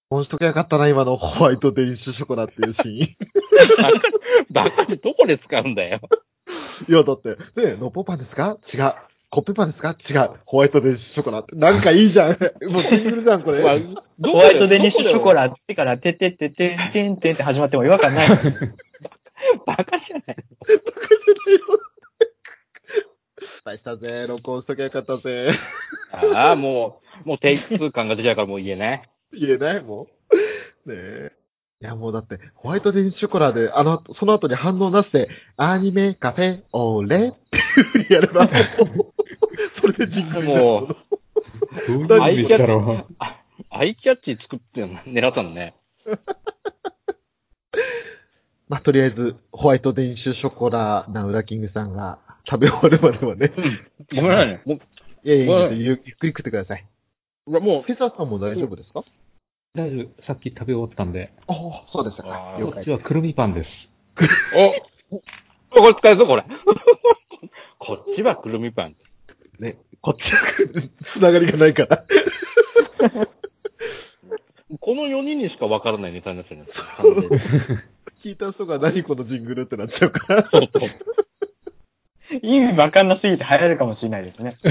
こうしときゃよかったな、今のホワイトデニッシュショコラっていうシーン。 バカにどこで使うんだよ。 いや、だって、ね、ノッポパンですか違う。コッペパンですか違う。ホワイトデニッシュショコラって。なんかいいじゃん。もうシングルじゃん、これ。 まあ、 ホワイトデニッシュショコラってから、ててててんてんてんって始まっても違和感ないですね。 バカじゃない。 失敗したぜ。録音しときゃよかったぜ。 ああ、もうテイク2感が出ちゃうからもう言えない。 言えないもん。ねえ。いや、もうだって、ホワイトデニッシュショコラで、その後に反応なしで、アニメ、カフェ、オレっていう風にやれば、もうそれでジングルになるもの。 どういう意味だろアイキャッチ作って狙ったのね。 まあ、とりあえず、ホワイトデニッシュショコラなウラキングさんが食べ終わるまではね。 ごめんなさいね。もういやいや、いいんですよ。ゆっくり食ってください。 もフェザーさんも大丈夫ですか？ う。大丈夫。さっき食べ終わったんで。 ああ、そうですか。了こ解っちはくるみパンです。 これ使えるぞ、これ。こっちはくるみパン。 ね。こっちは、つながりがないから。 この4人にしかわからないネタになっちゃうね。 聞いた人が何このジングルってなっちゃうから。 そうそう意味わかんなすぎて流行るかもしれないですね。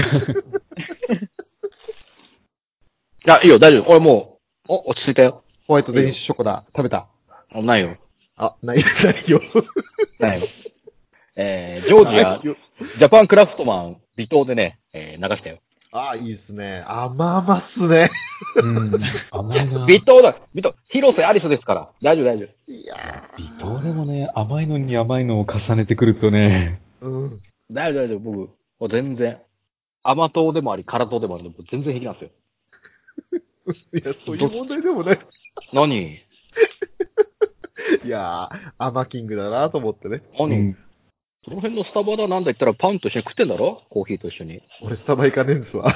いや、いいよ、大丈夫。俺もう、落ち着いたよ。 ホワイトデニッシュショコラ食べた。 ないよ。 あ、ないよ。 ないよ。ジョージア、 ないよ。 ジャパンクラフトマン、微糖でね、流したよ。 あ、いいですね。甘々っすね。 うん。甘いな。 微糖だ。微糖。広瀬アリスですから。大丈夫、大丈いや微糖でもね、甘いのに甘いのを重ねてくるとね。 ー。うん。 夫。大丈夫、大丈夫。僕、もう全然。甘党でもあり、辛党でもあるんで、もう全然平気なんですよ。 いや、そういう問題でもね。 何いやー、甘キングだなと思ってね。 何、 うん。 その辺のスタバだなんだ言ったらパンと一緒に食ってんだろコーヒーと一緒に。 俺スタバ行かねえんですわ。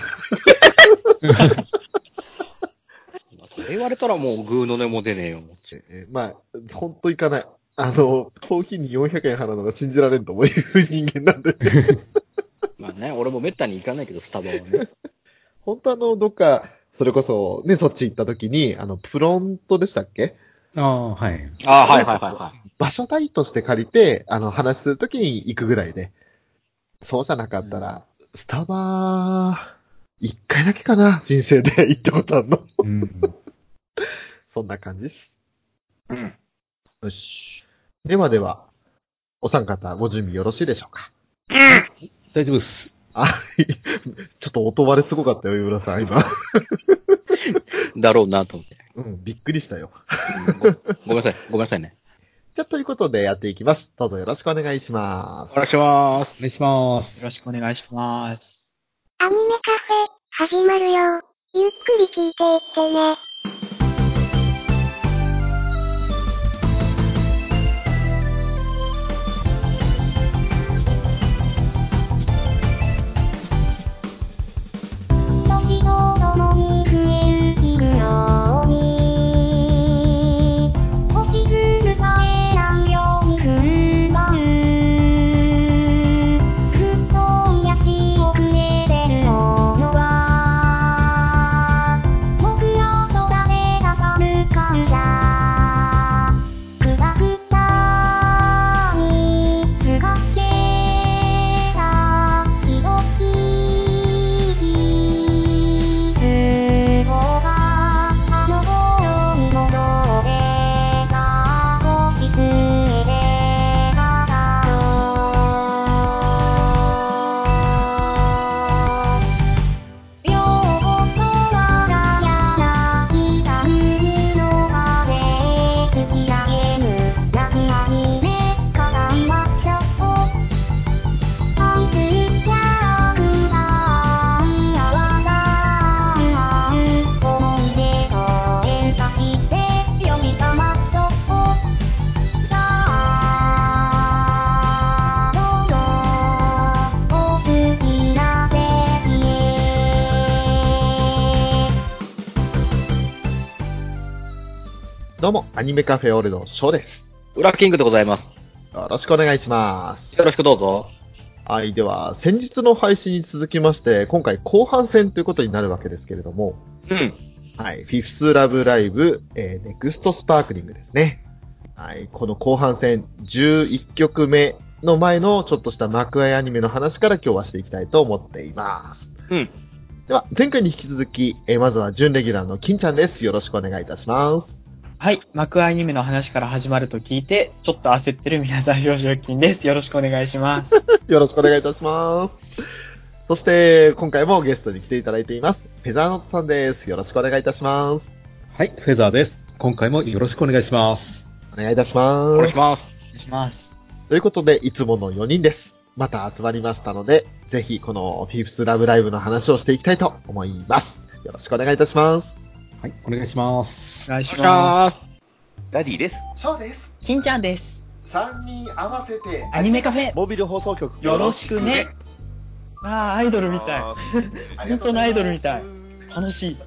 それ言われたらもうグーの音も出ねえよ。 まあ、ほんと行かない。コーヒーに400円払うのが信じられんと思う人間なんで。 まあね、俺もめったに行かないけど、スタバはね。 本当どっか、それこそ、ね、そっち行った時に、プロントでしたっけ？ ああ、はい。 ああ、はいはいはいはい。 場所代として借りて、話する時に行くぐらいで。そうじゃなかったら、スタバ、一回だけかな、人生で行ったことあるの。 うん。 そんな感じです。 うん。 よし。ではでは、お三方ご準備よろしいでしょうか？ 大丈夫です。 あ、ちょっと音割れすごかったよ、岩村さん、今。 だろうなと思って。 うん、びっくりしたよ。 ごめんなさい、ごめんなさいね。 じゃあ、ということでやっていきます。どうぞよろしくお願いしますお。願いします。 お願いします。 よろしくお願いします。 アニメカフェ、始まるよ。ゆっくり聞いていってね。年とともに増える日暮ように星屑さえないように踏ん張るふっと癒しをくれてるものは僕らと誰がかむ感謝くたくたにすがってたひろきつぼがあの頃に戻れた星つえで語ろう両方は柳田海の風突き上げる夏アニメ語りましょう愛するキャラクターやわら思い出と連鎖して呼び覚まそうさあどうぞお好きな席へどうも、アニメカフェオレのショーです。 ウラキングでございます。 よろしくお願いします。 よろしくどうぞ。 はい、では、先日の配信に続きまして、今回後半戦ということになるわけですけれども、 うん。 はい。フィフスラブライブ、ネクストスパークリングですね。はい。この後半戦11曲目の前のちょっとした幕開アニメの話から今日はしていきたいと思っています。 うん。 では、前回に引き続き、まずは準レギュラーの金ちゃんです。よろしくお願いいたします。 はい。幕アニメの話から始まると聞いて、ちょっと焦ってる皆さん、表情筋です。よろしくお願いします。 よろしくお願いいたします。そして、今回もゲストに来ていただいています。フェザーノートさんです。よろしくお願いいたします。 はい、フェザーです。今回もよろしくお願いします。 お願いいたします。 お願いします。 お願いします。 ということで、いつもの4人です。また集まりましたので、ぜひこのフィフスラブライブの話をしていきたいと思います。よろしくお願いいたします。 はい、お願いします。 お願いします。 ダディです。 ショーです。 金ちゃんです。 3人合わせてアニメカフェ、 モビル放送局よろしくね。ああ、アイドルみたい。本当のアイドルみたい。楽しい。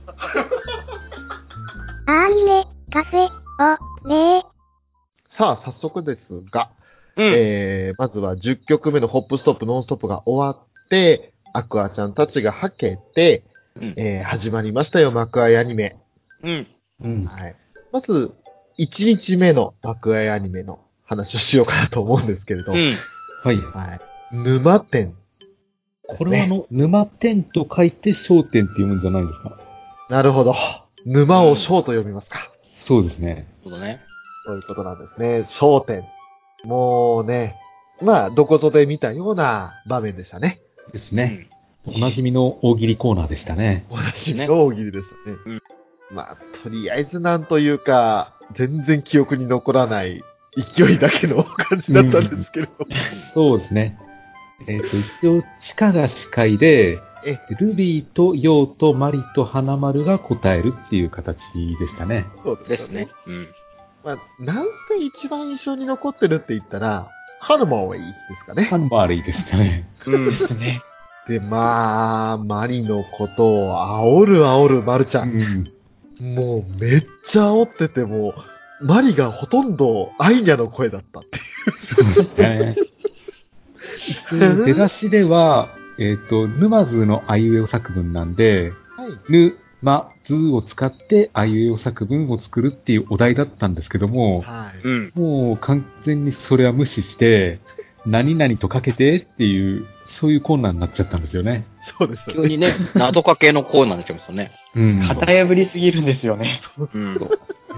アニメ、カフェ、お、ねさあ、早速ですが、 うん。 まずは10曲目のホップストップノンストップが終わって、アクアちゃんたちがはけて、 うん始まりましたよ、幕開アニメ。 うん。 うん。 はい。まず、1日目の幕開アニメの話をしようかなと思うんですけれど、 うん。 はい。 はい。沼店。 これは沼天と書いて商店って読むんじゃないですか？ なるほど。沼を章と読みますか。 そうですね。 そうだね。 そういうことなんですね。商店。もうね、まあ、どことで見たような場面でしたね。 ですね。おなじみの大喜利コーナーでしたね。 同じの大喜利ですね。 うんまあ、とりあえずなんというか、全然記憶に残らない勢いだけの感じだったんですけれども。 そうですね。一応、チカが司会で、 えルビーとヨウとマリと花丸が答えるっていう形でしたね。 そうですね。。うん。 まあ、なんせ一番印象に残ってるって言ったら、ハルマウェイですかね。 ハンマーリーでしたね。 うん。 ですね。 で、まあ、マリのことを煽るマルちゃ。 うんん。 もうめっちゃ煽ってても、マリがほとんどアイニャの声だったっていう。 そうですね。出だしでは、沼津のあいうえお作文なんで、 はい。 ぬ、ま、ずを使ってあいうえお作文を作るっていうお題だったんですけども、 はい。 うん。 もう完全にそれは無視して、何々とかけてっていう、そういうコーナーになっちゃったんですよね。 そうですよね。 急にね、謎かけのコーナーになっちゃいましたね。 うん。 型破りすぎるんですよね。 うん。 ね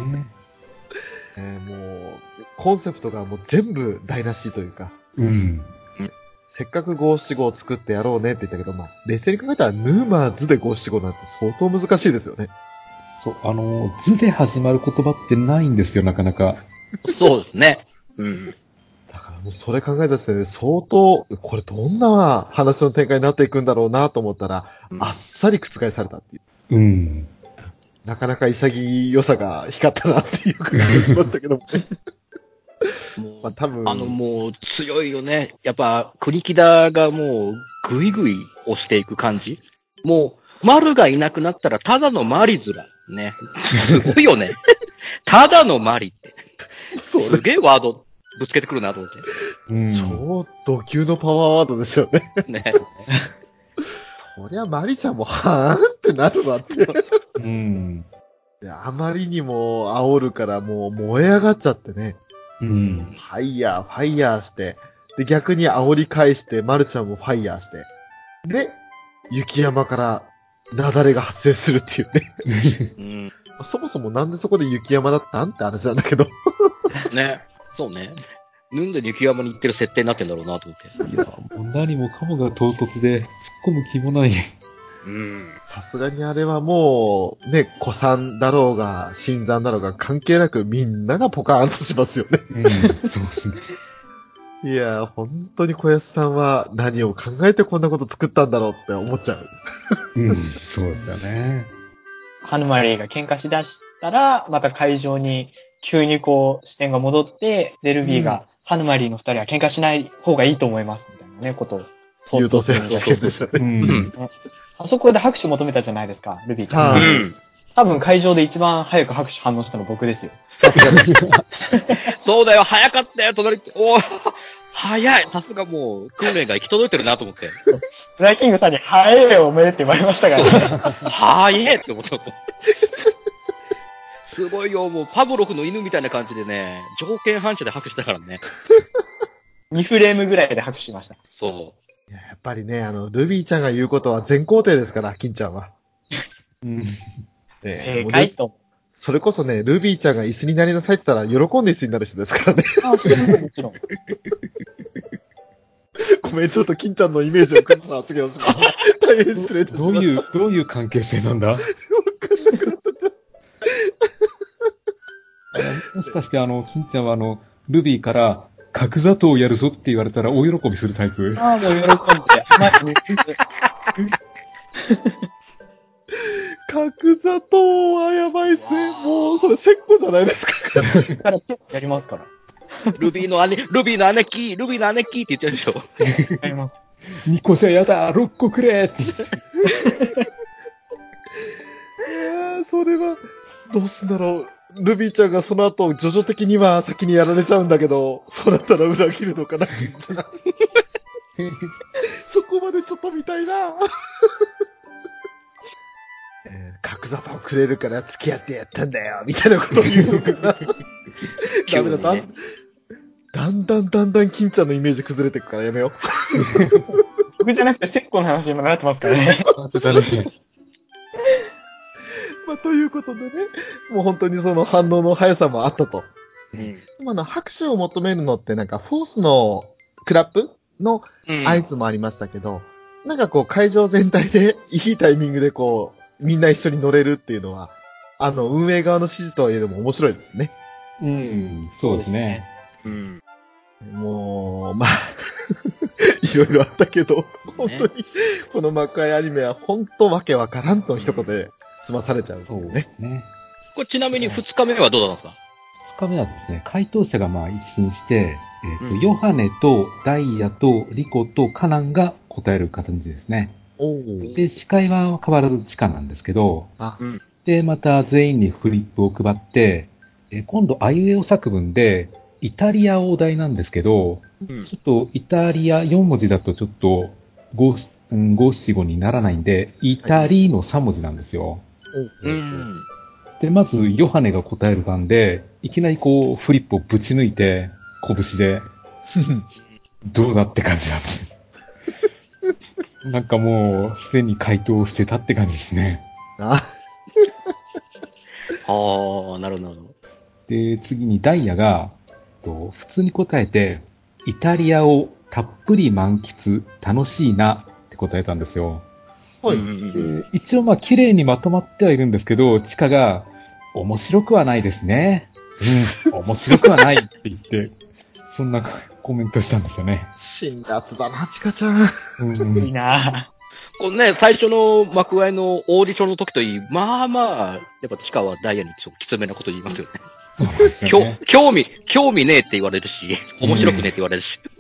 もう、コンセプトがもう全部台無しというか、 うん。 せっかく五七五を作ってやろうねって言ったけど、まあ、冷静に考えたら沼津で五七五なんて相当難しいですよね。 そう、図で始まる言葉ってないんですよ、なかなか。 そうですね。うん。 だからもうそれ考えた時点で相当、これどんな話の展開になっていくんだろうなと思ったら、あっさり覆されたっていう。 うん。 なかなか潔さが光ったなっていう感じがしましたけどもね。 もうまあ多分、 もう強いよね。やっぱ、国木田がもう、ぐいぐい押していく感じ。もう、丸がいなくなったら、ただのマリズラ。ね。すごいよね。ただのマリって。 そうすげえワードぶつけてくるなと思って。 うん。 超ド級のパワーワードですよね。 ね。 そりゃマリちゃんもはーんってなるわって。 うん。 であまりにも煽るからもう燃え上がっちゃってね。 うん。 ファイヤーして。で、逆に煽り返して、マルちゃんもファイヤーして。で、雪山から雪崩が発生するっていうね。 うん。 そもそもなんでそこで雪山だったんって話なんだけど。 ね。そうね。なんで雪山に行ってる設定になってんだろうなと思って。 いや、もう何もかもが唐突で、突っ込む気もない。 うん。 さすがにあれはもう、ね、古参だろうが、新参だろうが関係なくみんながポカーンとしますよね。 うん。そうですね。 いやー、本当に小安さんは何を考えてこんなこと作ったんだろうって思っちゃう。 うん。そうだね。 ハヌマリーが喧嘩しだしたら、また会場に急にこう視点が戻って、デルビーが、ハヌマリーの二人は喧嘩しない方がいいと思います、みたいなね、ことを。 優等生の件でしたうね。 ん。 あそこで拍手求めたじゃないですか、ルビーちゃん。 はいうん。 多分会場で一番早く拍手反応したの僕ですよ。 そうだよ、早かったよ、隣って。おー早い。さすがもう、訓練が行き届いてるなと思って。 ブライキングさんに、はえーおめでって言われましたからね。 早いって思った。すごいよ、もうパブロフの犬みたいな感じでね、条件反射で拍手だからね。 2フレームぐらいで拍手しました。 そいややっぱりね、ルビーちゃんが言うことは全肯定ですから、金ちゃんは。 うん。 正解と。 それこそね、ルビーちゃんが椅子になりなさいって言ったら、喜んで椅子になる人ですからね。 あ、それはもちろん。 ごめん、ちょっと金ちゃんのイメージを崩す発言をしました。大変失礼いたしました。 どういう関係性なんだもしかして金ちゃんはルビーから角砂糖をやるぞって言われたら大喜びするタイプ。 ああ、もう喜んで、前に角砂糖はやばいっすね。もう、それ石膏じゃないですか。 からやりますから。 う。ルビーの姉貴って言ってるでしょ。 やります。 2個じゃやだ !6 個くれって。 いやー、それは、どうすんだろう。ルビーちゃんがその後、徐々的には先にやられちゃうんだけど、そうだったら裏切るのかな、金ちゃん。そこまでちょっと見たいな。角砂糖くれるから付き合ってやったんだよ、みたいなことを言うのかな。ダメだ、だんだん金ちゃんのイメージ崩れていくからやめよう。 僕じゃなくて、セッコの話にもなってますからね。 まあ、ということでね、もう本当にその反応の速さもあったと。 うん。 拍手を求めるのってなんかフォースのクラップのうん。 合図もありましたけど、なんかこう会場全体でいいタイミングでこう、みんな一緒に乗れるっていうのは、運営側の指示とはいえども面白いですね。 うん、そうですね。 うん。 もう、まあ、いろいろあったけど、本当に、この魔界アニメは本当わけわからんと一言で済まされちゃうってそうでいうね。 すね。 これちなみに2日目はどうだったんですか？ 2日目はですね、回答者が一新して、 うんヨハネとダイヤとリコとカナンが答える形ですね。 おー。 で、司会は変わらず地下なんですけど、 あ、 うん。 で、また全員にフリップを配って、今度、あいうえお作文で、イタリアお題なんですけど、 うん。 ちょっとイタリア4文字だとちょっと五七五にならないんで、イタリの3文字なんですよ。 うん。 で、まず、ヨハネが答える番で、いきなりこう、フリップをぶち抜いて、拳で、どうだって感じなんです。なんかもう、すでに回答してたって感じですね。 あ、 ああ、なるほど、なるほど。 で、次にダイヤが、普通に答えて、イタリアをたっぷり満喫、楽しいなって答えたんですよ。 はい。 うんうんうん。 で一応綺麗にまとまってはいるんですけど、チカが、面白くはないですね。うん、面白くはないって言って、そんなコメントしたんですよね。 辛辣だな、チカちゃん。 うんいいなぁ。 このね、最初の幕外のオーディションの時といい、まあまあ、やっぱ地下はダイヤにちょっときつめなこと言いますよね。 そうですよね。 興味ねえって言われるし、面白くねえって言われるし。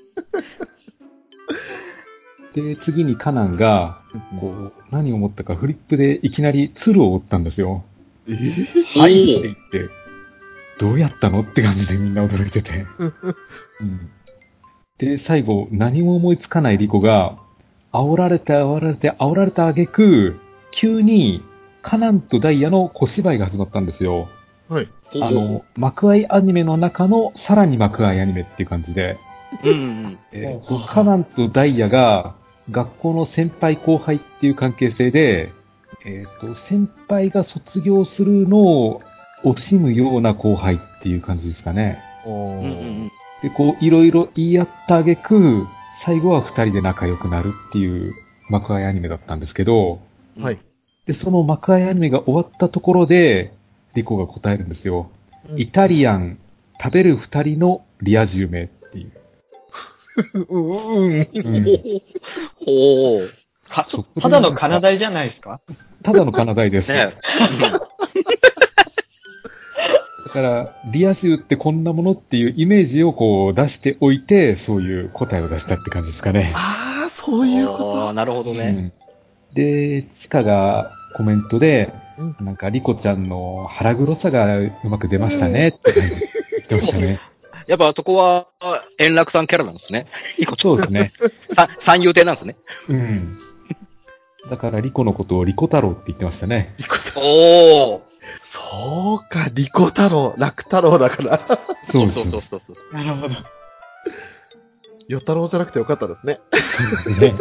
で、次にカナンが、何を思ったかフリップでいきなり鶴を折ったんですよ。はいって言って、どうやったのって感じでみんな驚いてて。うんで、最後、何も思いつかないリコが、煽られて挙句、急に、カナンとダイヤの小芝居が始まったんですよ。 はい。 幕愛アニメの中のさらに幕愛アニメっていう感じで、 うんうん。 カナンとダイヤが学校の先輩後輩っていう関係性で、先輩が卒業するのを惜しむような後輩っていう感じですかね。 おうんうんで、いろいろ言い合った挙句、最後は二人で仲良くなるっていう幕愛アニメだったんですけど、 うん。 はい。 で、その幕愛アニメが終わったところで、リコが答えるんですよ。 うんイタリアン、食べる二人のリア充名っていう。 おー。 ただの金台じゃないですか？ ただの金台です。 ねだから、リア充ってこんなものっていうイメージを出しておいて、そういう答えを出したって感じですかね。 ああ、そういうこああ、なるほどね。 うんで、チカがコメントで、 うんなんかリコちゃんの腹黒さがうまく出ましたねって言ってましたね。 やっぱそこは、円楽さんキャラなんですね。 そうですね。 三遊亭なんですね。 うん。だから、リコのことをリコ太郎って言ってましたね。 おー。 そうか、リコ太郎、楽太郎だから。 そうそうそうそう。 なるほど。 与太郎じゃなくてよかったですね。 そうですね。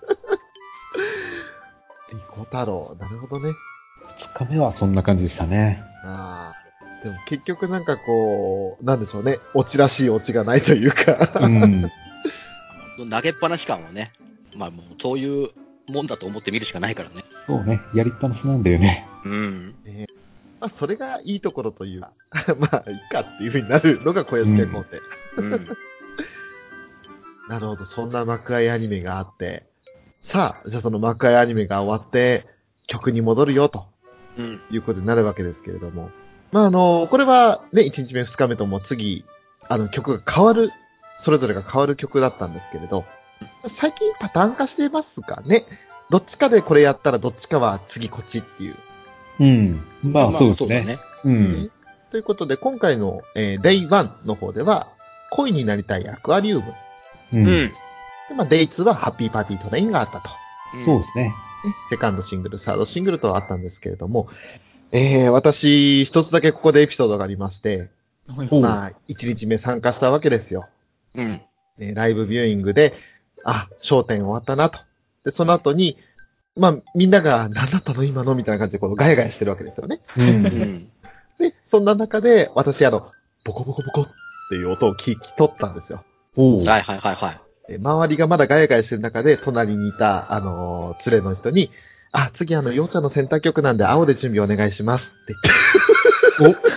リコ太郎、なるほどね。 2日目はそんな感じでしたね。 ああ。でも結局なんかこう、なんでしょうね。オチらしいオチがないというか。 うん。 投げっぱなし感はね、まあもうそういうもんだと思って見るしかないからね。 そうね。やりっぱなしなんだよね。 うん。 まあ、それがいいところというか、まあ、いいかっていう風になるのが小安家コンテ。 うん。 なるほど、そんな幕開アニメがあって、さあ、じゃあその幕開アニメが終わって、曲に戻るよ、とうん。 いうことになるわけですけれども。まあ、これはね、1日目、2日目とも次、曲が変わる、それぞれが変わる曲だったんですけれど、最近パターン化してますかね。どっちかでこれやったらどっちかは次こっちっていう。 うん。まあ、そうですね。 だね。 うん。 ということで、今回の、Day1 の方では、恋になりたいアクアリウム。 う。 うんん。 で、まあ、Day2 はハッピーパーティートレインがあったと。 そうですね。 ねセカンドシングル、サードシングルとあったんですけれども、私、一つだけここでエピソードがありまして、 おうまあ、1日目参加したわけですよ。 うん。 ライブビューイングで、あ、焦点終わったなと。で、その後に、まあ、みんなが、何だったの今のみたいな感じで、このガヤガヤしてるわけですよね。 う。 うんん。 で、そんな中で、私、ボコボコボコっていう音を聞き取ったんですよ。 おう。 はいはいはいはい。 で周りがまだガヤガヤしてる中で、隣にいた、連れの人に、あ、次ようちゃんのセンター曲なんで、青で準備お願いしますって言って。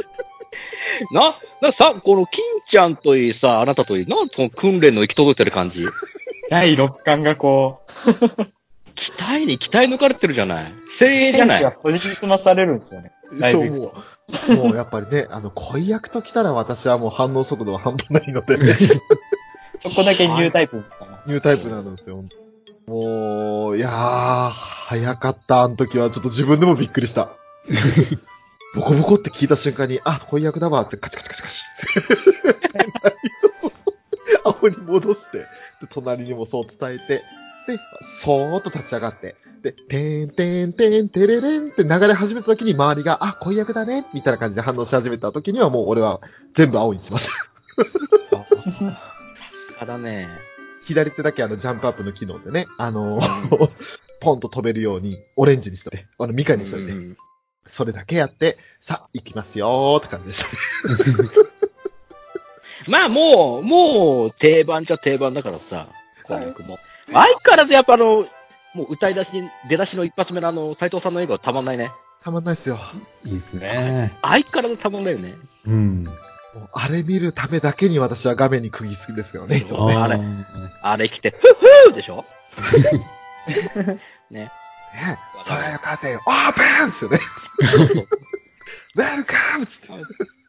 この金ちゃんといいさ、あなたといい、なんその訓練の行き届いてる感じ。 第6巻がこ期待に期待抜かれてるじゃない。精う、 鋭じゃない。 センスが閉じ澄まされるんですよね。だいそう、 ぶ。 もうやっぱりね、恋役と来たら私はもう反応速度は半端ないので、 そこだけニュータイプみたいな。 ニュータイプなんですよ。もう、いやー、早かった、あの時は。ちょっと自分でもびっくりした。ボコボコって聞いた瞬間に、あ、翻訳だわってカチカチカチカチ。青に戻して、で隣にもそう伝えて、で、そーっと立ち上がって、で、てんてんてんてれれんって流れ始めた時に周りが、あ、婚約だねみたいな感じで反応し始めた時にはもう俺は全部青にしました。 あだね。 左手だけジャンプアップの機能でね、ポンと飛べるようにオレンジにしといて、ミカにしといて、 うんそれだけやって、さあ、行きますよーって感じでした。 まあもう定番じゃ定番だからさ、婚約も。相変わらずやっぱもう歌い出しに、出だしの一発目の斉藤さんの笑顔たまんないね。 たまんないっすよ。 いいですね。 相変わらずたまんないよね。 うん。 もうあれ見るためだけに私は画面に釘付きですけどね。いつもねあれーあれ来て、ふふーでしょね。 ねそれよカーテン、オープンですよね。 そうそう。 ウェルカムつって。い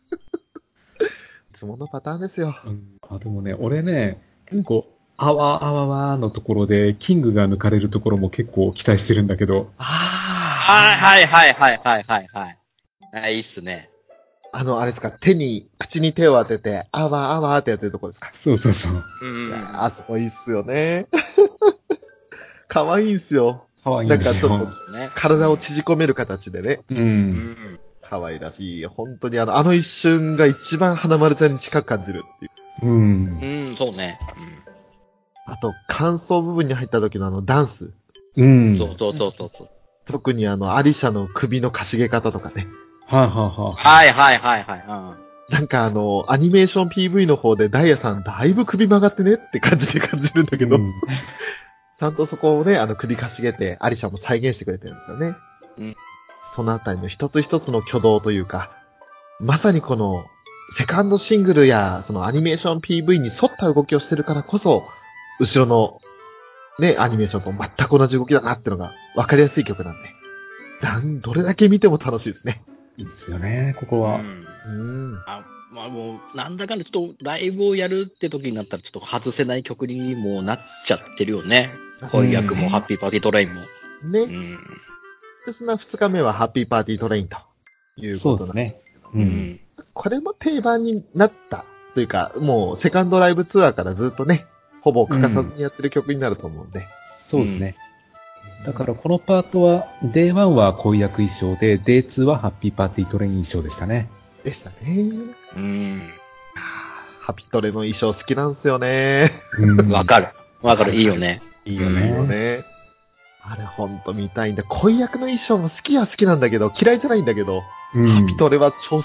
つものパターンですよ。 あ、でもね、俺ね、結構、あわあわわのところで、キングが抜かれるところも結構期待してるんだけど、 はいはいはいはいはいはい。あ、いいっすね。 あれですか、口に手を当てて、あわあわってやってるとこですか。 そうそうそう。 うんいやーあそこいいっすよね。可愛いんすよ。 可愛いんですなんかちょっよ。 ね。 体を縮こめる形でね。 う。 うんん。 可愛らしい。本当に一瞬が一番花丸ちゃんに近く感じるっていう。 うんう。ん、そうね。 あと、感想部分に入った時のダンス。 うん。 そうそうそうそう。 特にアリシャの首のかしげ方とかね。 はいはいはい。 はいはいはいはい。 なんかアニメーション PV の方でダイヤさんだいぶ首曲がってねって感じで感じるんだけど、 うんちゃんとそこをね、首かしげてアリシャも再現してくれてるんですよね。 うんそのあたりの一つ一つの挙動というか、まさにこの、セカンドシングルや、そのアニメーション PV に沿った動きをしてるからこそ、後ろの、ね、アニメーションと全く同じ動きだなってのが分かりやすい曲なんで。どれだけ見ても楽しいですね。 いいですよね、ここは。 まあもう、なんだかんだちょっとライブをやるって時になったらちょっと外せない曲にもうなっちゃってるよね。婚約もハッピーパーティートレインも。 ね。 うん。 で、そんな2日目はハッピーパーティートレインということなんで。 そうですね。う。 うんん。 これも定番になったというか、もうセカンドライブツアーからずっとね、ほぼ欠かさずにやってる曲になると思うんで。 そうですね。だからこのパートは、Day1 は恋役衣装で、Day2 はハッピーパーティートレイン衣装でしたね。 でしたね。 うん。 ハピトレの衣装好きなんですよね。 わかる。わかる。いいよね。 いいよいいよね。 ね。あれほんと見たいんだ。恋役の衣装も好きは好きなんだけど、嫌いじゃないんだけど、ハピトレは超好き。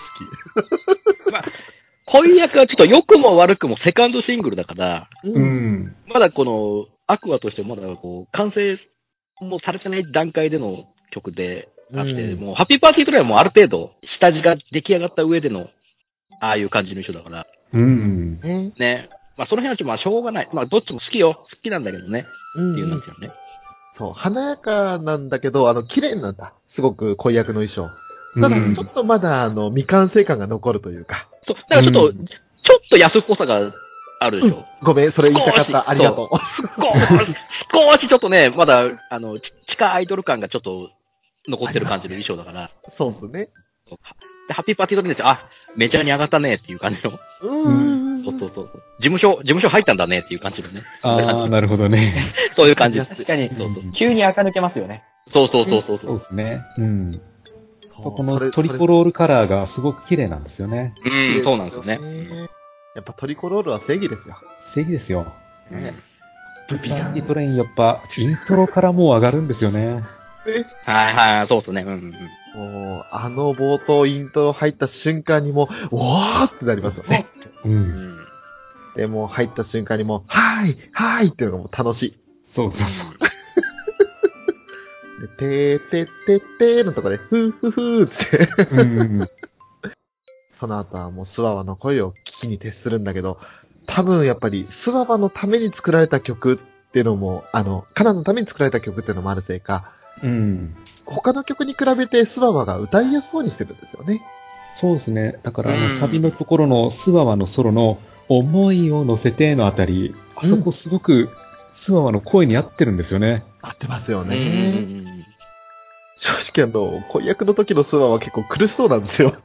恋役はちょっと良くも悪くもセカンドシングルだから、 うん。 まだこの、アクアとしてまだこう、完成もされてない段階での曲であって、もう、ハッピーパーティートレインはもうある程度、下地が出来上がった上での、ああいう感じの人だから、 うん。 ね。 ね。まあ、その辺はちょっとまあ、しょうがない。まあ、どっちも好きよ。好きなんだけどね。 うんっていうなんですよね。 そう、華やかなんだけど、綺麗なんだ。すごく恋役の衣装。ただ、ちょっとまだ、未完成感が残るというか。 そう、だからちょっと安っぽさがあるでしょ。 ごめん、それ言いたかった。ありがとう。 少しちょっとね、まだ、地下アイドル感がちょっと残ってる感じの衣装だから。 そうっすね。 で、ハッピーパーティートレインで、あ、メジャーに上がったねっていう感じの。そう。事務所入ったんだねっていう感じのね。 ああ、なるほどね。 そういう感じです。 確かに、 そうそう。 急に垢抜けますよね。 そう。 そうですね。うん。このトリコロールカラーがすごく綺麗なんですよね。 うん、そうなんですよね。 やっぱトリコロールは正義ですよ。 正義ですよ。 ね。 パーティートレインやっぱ、イントロからもう上がるんですよね。 はい、そうですね。 もう、冒頭イントロ入った瞬間にもう、おーってなりますよね。で、もう入った瞬間にもう、はーいっていうのがもう楽しい。 そう。 で、てーてってってーのとこで、ふーふふーって。その後はもうスワワの声を聞きに徹するんだけど、多分やっぱりスワワのために作られた曲っていうのも、カナのために作られた曲っていうのもあるせいか、他の曲に比べてスワワが歌いやすそうにしてるんですよね。 そうですね。だからサビのところのスワワのソロの思いを乗せてのあたり、あそこすごくスワワの声に合ってるんですよね。 合ってますよね。正直婚約の時のスワワは結構苦しそうなんですよ。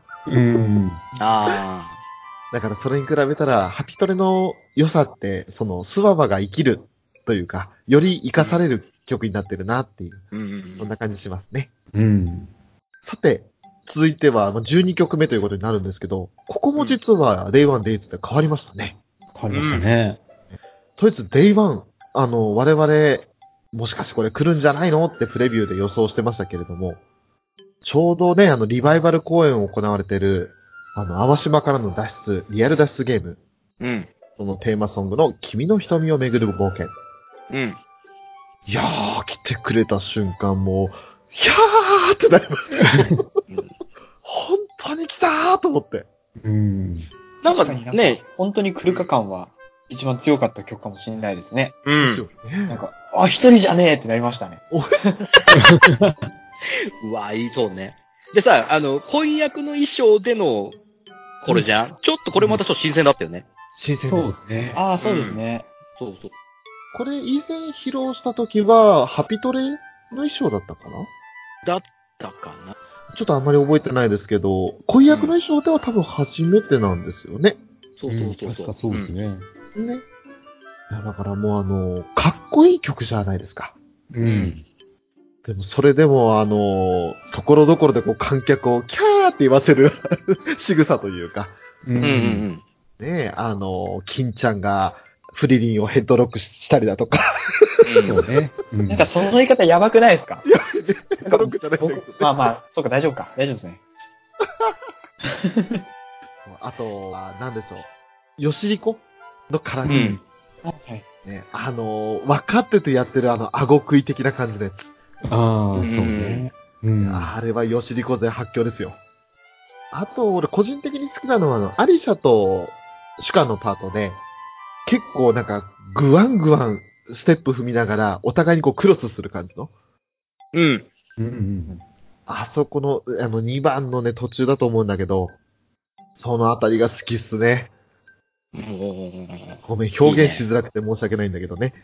だからそれに比べたら、ハピトレの良さって、そのスワワが生きるというか、より生かされる曲になってるなっていう、そんな感じしますね。さて、続いては12曲目ということになるんですけど、ここも実は Day1、Day2 で変わりましたね。 変わりましたね。 とりあえず Day1、我々、もしかしてこれ来るんじゃないのってプレビューで予想してましたけれども、ちょうどね、リバイバル公演を行われている、淡島からの脱出、リアル脱出ゲーム。そのテーマソングの君の瞳をめぐる冒険。いやー、来てくれた瞬間もう、ひゃーってなりますよ。本当に来たーと思って。 なんかね、 本当に来るか感は一番強かった曲かもしれないですね。 ですよね。 なんか、あ、一人じゃねえってなりましたね。 うわ、いいそうね。でさ、婚約の衣装での、これじゃん、ちょっとこれまたちょっと新鮮だったよね。 新鮮です。そうですね。 ああ、そうですね。 そう。 これ以前披露した時は、ハピトレの衣装だったかなだったかな。 ちょっとあんまり覚えてないですけど、婚約の衣装では多分初めてなんですよね。 そう。 確かそうですね。 ね。いやだからもうかっこいい曲じゃないですか。でもそれでもところどころでこう観客をキャーって言わせる仕草というか。ねえ、金ちゃんがフリリンをヘッドロックしたりだとか。 そうね。 なんかその言い方やばくないですか？ いや、ヘッドロックじゃないですよ。 まあ、そうか、大丈夫か。大丈夫ですね。 あとは、なんでしょう。ヨシリコの絡み。ね、分かっててやってる顎食い的な感じのやつ。 そうね。 あれはヨシリコ勢発狂ですよ。あと、俺個人的に好きなのはアリシャとシュカのパートで、結構なんか、グワングワンステップ踏みながら、お互いにこうクロスする感じの。あそこの、2番のね、途中だと思うんだけど、そのあたりが好きっすね。ごめん、表現しづらくて申し訳ないんだけどね。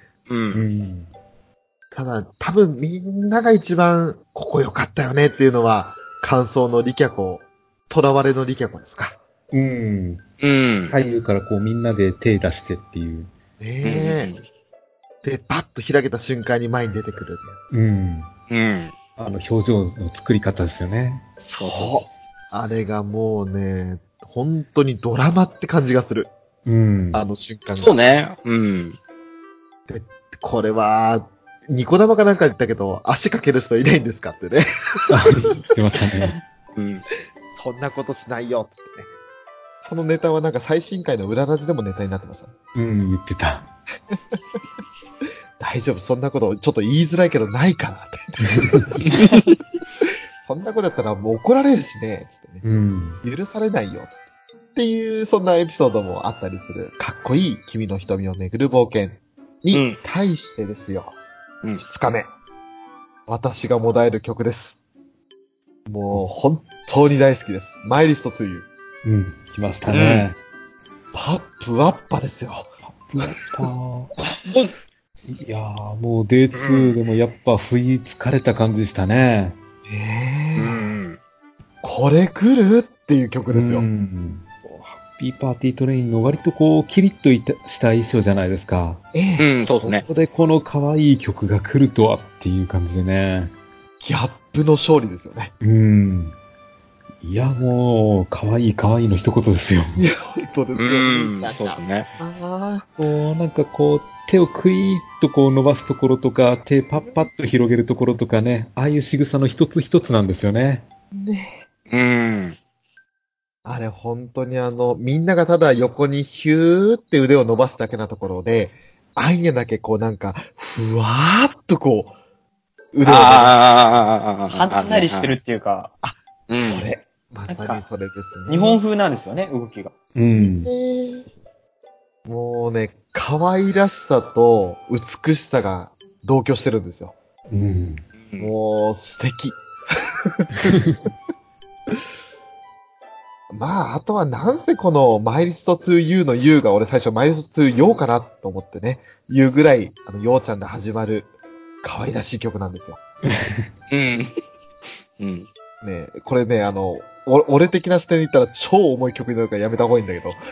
ただ、多分みんなが一番、ここ良かったよねっていうのは、感想のリキャコ、囚われのリキャコですか。 うん。 うん。 左右からこうみんなで手出してっていう。 ねえ。で、パッと開けた瞬間に前に出てくる。 うん。 うん。 表情の作り方ですよね。 そうそう。あれがもうね、本当にドラマって感じがする。 うん。 あの瞬間が。 そうね。うん。 これは、ニコ生かなんか言ったけど、足かける人いないんですかってね。 言ってましたね。 うん。 そんなことしないよ、つってね。そのネタはなんか最新回の裏ラジでもネタになってました。 うん、言ってた。 大丈夫、そんなことちょっと言いづらいけどないからって。そんなことやったらもう怒られるしね、つってね。 うん。 許されないよ、つって。っていう、そんなエピソードもあったりする、かっこいい君の瞳を巡る冒険に対してですよ。 うん。 二日目。私がもだえる曲です。もう、本当に大好きです。マイリスト2 U。 うん、来ましたね。 パップアッパですよ。 やったー。いやー、もう D2 でもやっぱ不意疲れた感じでしたね。 ねえ。 うん。 これ来るっていう曲ですよ。 うん。ハッピーパーティートレインの割とこう、キリッとした衣装じゃないですか。 うええ。 ん、そうですね。 ここでこの可愛い曲が来るとはっていう感じでね。 ギャップの勝利ですよね。 うん。いや、もう、可愛い可愛いの一言ですよ。 いや、本当ですうよ。 ん見た、 そうですね。 あこう、なんかこう、手をクイーッとこう伸ばすところとか、手パッパッと広げるところとかね、ああいう仕草の一つ一つなんですよね。 ーね。 うん。 あれ、本当にみんながただ横にヒューって腕を伸ばすだけなところで、アイニャだけこうなんか、ふわーっとこう、腕を伸ばはんなりしてるっていうか、 うん。 す。それ。まさにそれですね。 日本風なんですよね、動きが。 うん。 ねもうね、可愛らしさと美しさが同居してるんですよ。 うん。 もう素敵。まあ、あとはなんせこのマイリスト 2U の U が俺最初マイリスト 2YO かなと思ってね、言うぐらい、ようちゃんで始まる可愛らしい曲なんですよ。 うん。うん。 ねこれね、俺的な視点で言ったら超重い曲になるからやめた方がいいんだけど。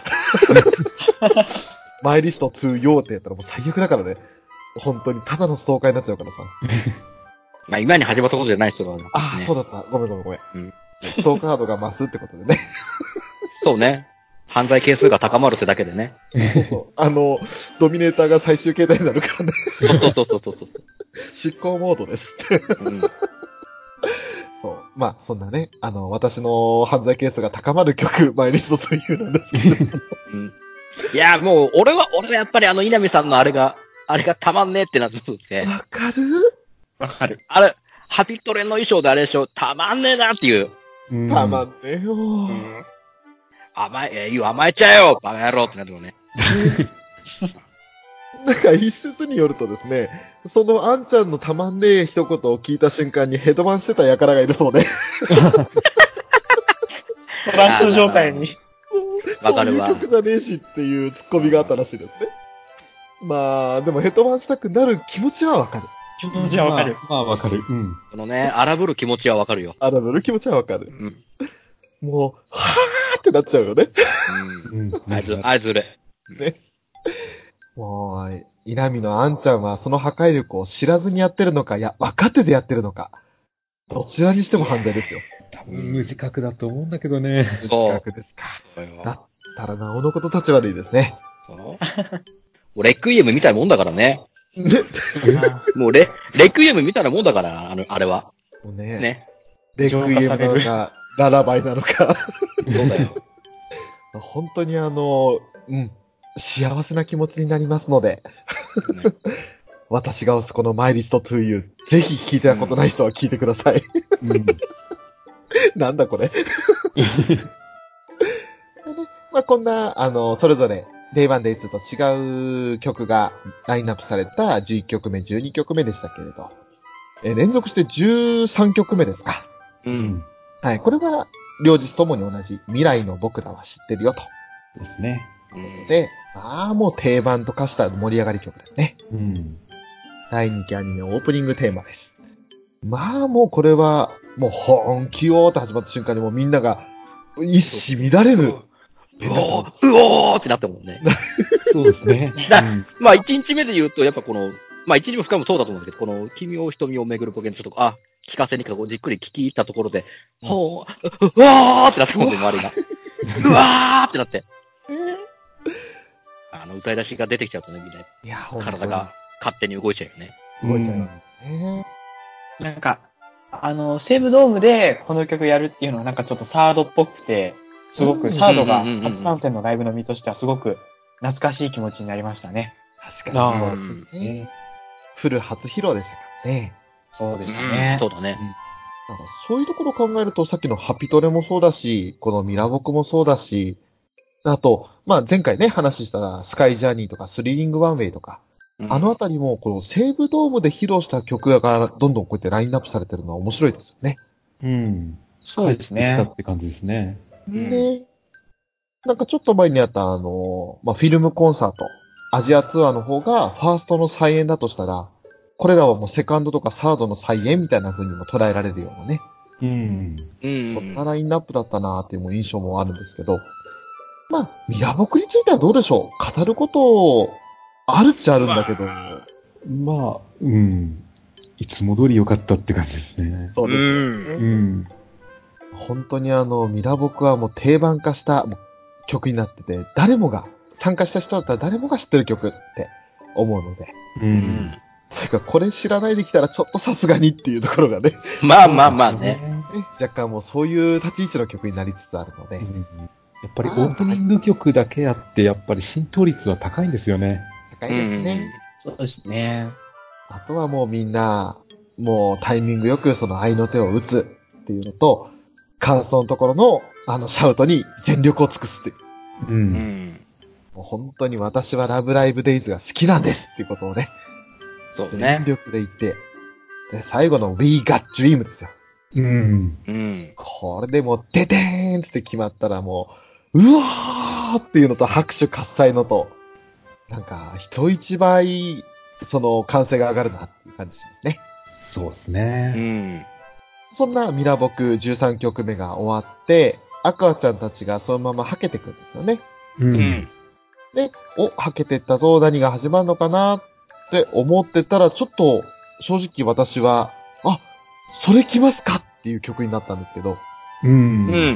マイリスト 2YO って言ったらもう最悪だからね。本当にただのストーカーになっちゃうからさ。 まあ、今に始まったことじゃない人だな。 ああ、 ねそうだった。ごめんごめんごめん。 うんストーカー度が増すってことでね。 そうね。犯罪係数が高まるってだけでね。 そうそう。ドミネーターが最終形態になるからね。 そうそうそうそう。 執行モードですって。 うん。 そう。まあ、そんなね、私の犯罪係数が高まる曲、マイリストというなんですけど。 うん。いや、もう、俺はやっぱり稲見さんのあれがたまんねえってなってて、 わかるわかる。 あれ、ハビトレの衣装であれでしょ、たまんねえなっていう。 うん。 たまんねえよ。 いいよ、甘えちゃえよ、バカ野郎ってなるよね。 なんか一説によるとですね、そのあんちゃんのたまんねえ一言を聞いた瞬間にヘドバンしてた輩がいるそうで。 トランス状態に。 わかるわそういう曲じゃねえしっていうツッコミがあったらしいですね。まあ、でもヘドバンしたくなる気持ちはわかる。 気持ちはわかる。 まあわかる。うん。 このね、荒ぶる気持ちはわかるよ。 あらる気持ちはわかる。 うん。 もう、はーってなっちゃうよね。 うん。 うん。 あいつれ。 ね。もう、稲見のあんちゃんはその破壊力を知らずにやってるのか、いや、分かっててやってるのか。どちらにしても犯罪ですよ。 多分無自覚だと思うんだけどね。 無自そう覚ですか。 そうよだったらなおのこと立ち悪いですね。 そうもうレクイエムみたいなもんだからね。 ね。 もうレクイエムみたいなもんだから、あれは。 もうね。 ね。 レクイエムなのか、ララバイなのか。 そうだよ。 本当に幸せな気持ちになりますので、 ね私が推すこのマイリスト 2U、ぜひ聞いたことない人は聞いてください。 うん。 なんだこれ。まあ、こんな、それぞれ、Day1、Day2 と違う曲がラインナップされた11曲目、12曲目でしたけれど、連続して13曲目ですか。 うん。 はい。これは、両日ともに同じ、未来の僕らは知ってるよと。 ですね。 うんで、まあ、もう定番と化した盛り上がり曲ですね。 うん。 第2期アニメオープニングテーマです。まあ、もうこれは、もう本気をと始まった瞬間にもうみんなが一糸乱れぬうおー、うおーってなったもんね。 そうですね。 だうんまあ、1日目で言うと、やっぱこの、まあ、1日目2日目もそうだと思うんですけど、この、君を瞳を巡るポケンちょっと、聞かせにかこうじっくり聞き入ったところで、ほう、うわーってなったもんね、周りが。うわーってなって。歌い出しが出てきちゃうとね、みんな、 いや、ほんとに体が勝手に動いちゃうよね。 動いちゃいますね。 なんか、西武ドームでこの曲やるっていうのはなんかちょっとサードっぽくて、すごうんくサードがうんうんうんうん初参戦のライブの身としてはすごく懐かしい気持ちになりましたね。 確かにあそうーですね。フル初披露でしたからね。 そうでしたうんね。 そうだね。 だからそういうところを考えると、さっきのハピトレもそうだし、このミラボクもそうだし、あと、まあ前回ね、話したスカイジャーニーとかスリリングワンウェイとか、あのあたりも、この西武ドームで披露した曲がどんどんこうやってラインナップされてるのは面白いですよね。 うん。 そうですね帰ってきたって感じですね。 んで、なんかちょっと前にあったまあ、フィルムコンサート、アジアツアーの方がファーストの再演だとしたら、これらはもうセカンドとかサードの再演みたいな風にも捉えられるようなね、 うん。 うん。 そんなラインナップだったなーっていう印象もあるんですけど、まあ、ミラボクについてはどうでしょう？語ることあるっちゃあるんだけど、 まあ、うん。いつも通り良かったって感じですね。 そうですよね。 うん。 本当にミラボクはもう定番化したもう曲になってて、誰もが、参加した人だったら誰もが知ってる曲って思うので、 う。 うんん。 というかこれ知らないできたらちょっとさすがにっていうところがね、 まあまあまあね。 若干もうそういう立ち位置の曲になりつつあるので、 うんやっぱりオープニング曲だけあって、やっぱり浸透率は高いんですよね。 高いですね。 そうですね。 あとはもうみんな、もうタイミングよくその愛の手を打つっていうのと、感想のところのシャウトに全力を尽くすっていう。 う。 うんん。 もう本当に私はラブライブデイズが好きなんですっていうことをね、全そうね。 力で言って、で、最後の We Got Dream ですよ。 うん。 うん。 これでもう、デデーンって決まったらもう、うわーっていうのと拍手喝采のと、なんか、人一倍、その、歓声が上がるなっていう感じですね。 そうですうね。 ん。 そんなミラボク13曲目が終わって、アクアちゃんたちがそのままはけてくんですよね。 う。 うんん。 で、はけてったぞ、何が始まるのかなって思ってたら、ちょっと、正直私は、それ来ますかっていう曲になったんですけど、 うん。 うん。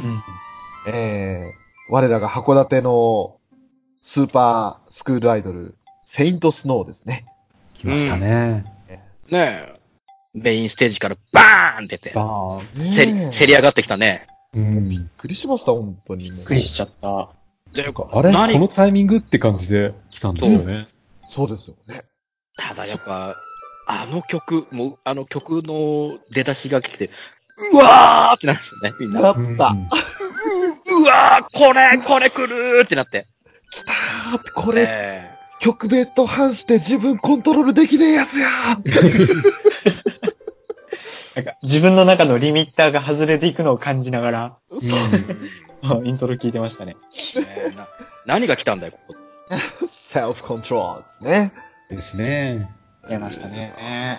我らが函館のスーパースクールアイドル、セイントスノーですね。 来ましたね。 ねえ。メインステージからバーン出て、 バーン。 せり上がってきたね。 うん。 びっくりしました、本当にもう。 びっくりしちゃった。 でなんかあれこのタイミングって感じで来たんですよね。 そうですよね。 ただやっぱ、あの曲の出だしが来て、うわーってなるんですよね、みんな。 なった。 うんうわーこれ来るーってなって。 来たーって、これ、 え曲名と反して自分コントロールできねえやつやーなんか自分の中のリミッターが外れていくのを感じながら、イントロ聞いてましたね。 何が来たんだよ、ここ。 セルフコントロールですね。 ですね。 出ましたね。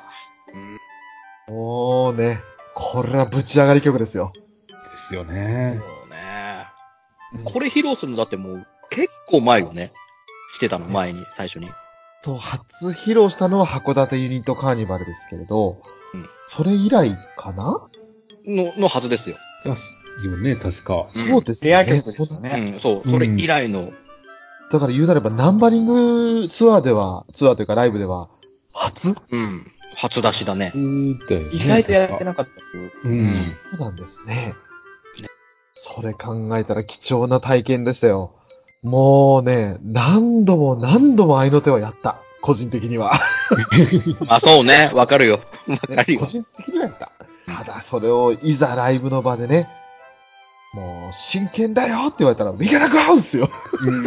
もうね、これはぶち上がり曲ですよ。 ですよね。 そうね。これ披露するのだってもう結構前よね。してたの、前に、最初に。 初披露したのは函館ユニットカーニバルですけれど、 うんそれ以来かな、 のはずですよ。 いや、よね、確か。 そうですね。 レア曲ですよね。 うん、そう。それ以来の、 だから言うなれば、ナンバリングツアーというかライブでは、初うん、初出しだね。 だよね意外とやってなかったっていう。 うん。 そうなんですね。それ考えたら貴重な体験でしたよ。もうね、何度も何度も愛の手はやった。個人的には。 あ、そうね。わかるよ。わかるよ個。人的にはやった。ただ、それをいざライブの場でね、もう真剣だよって言われたら、We gotta go! ですよ。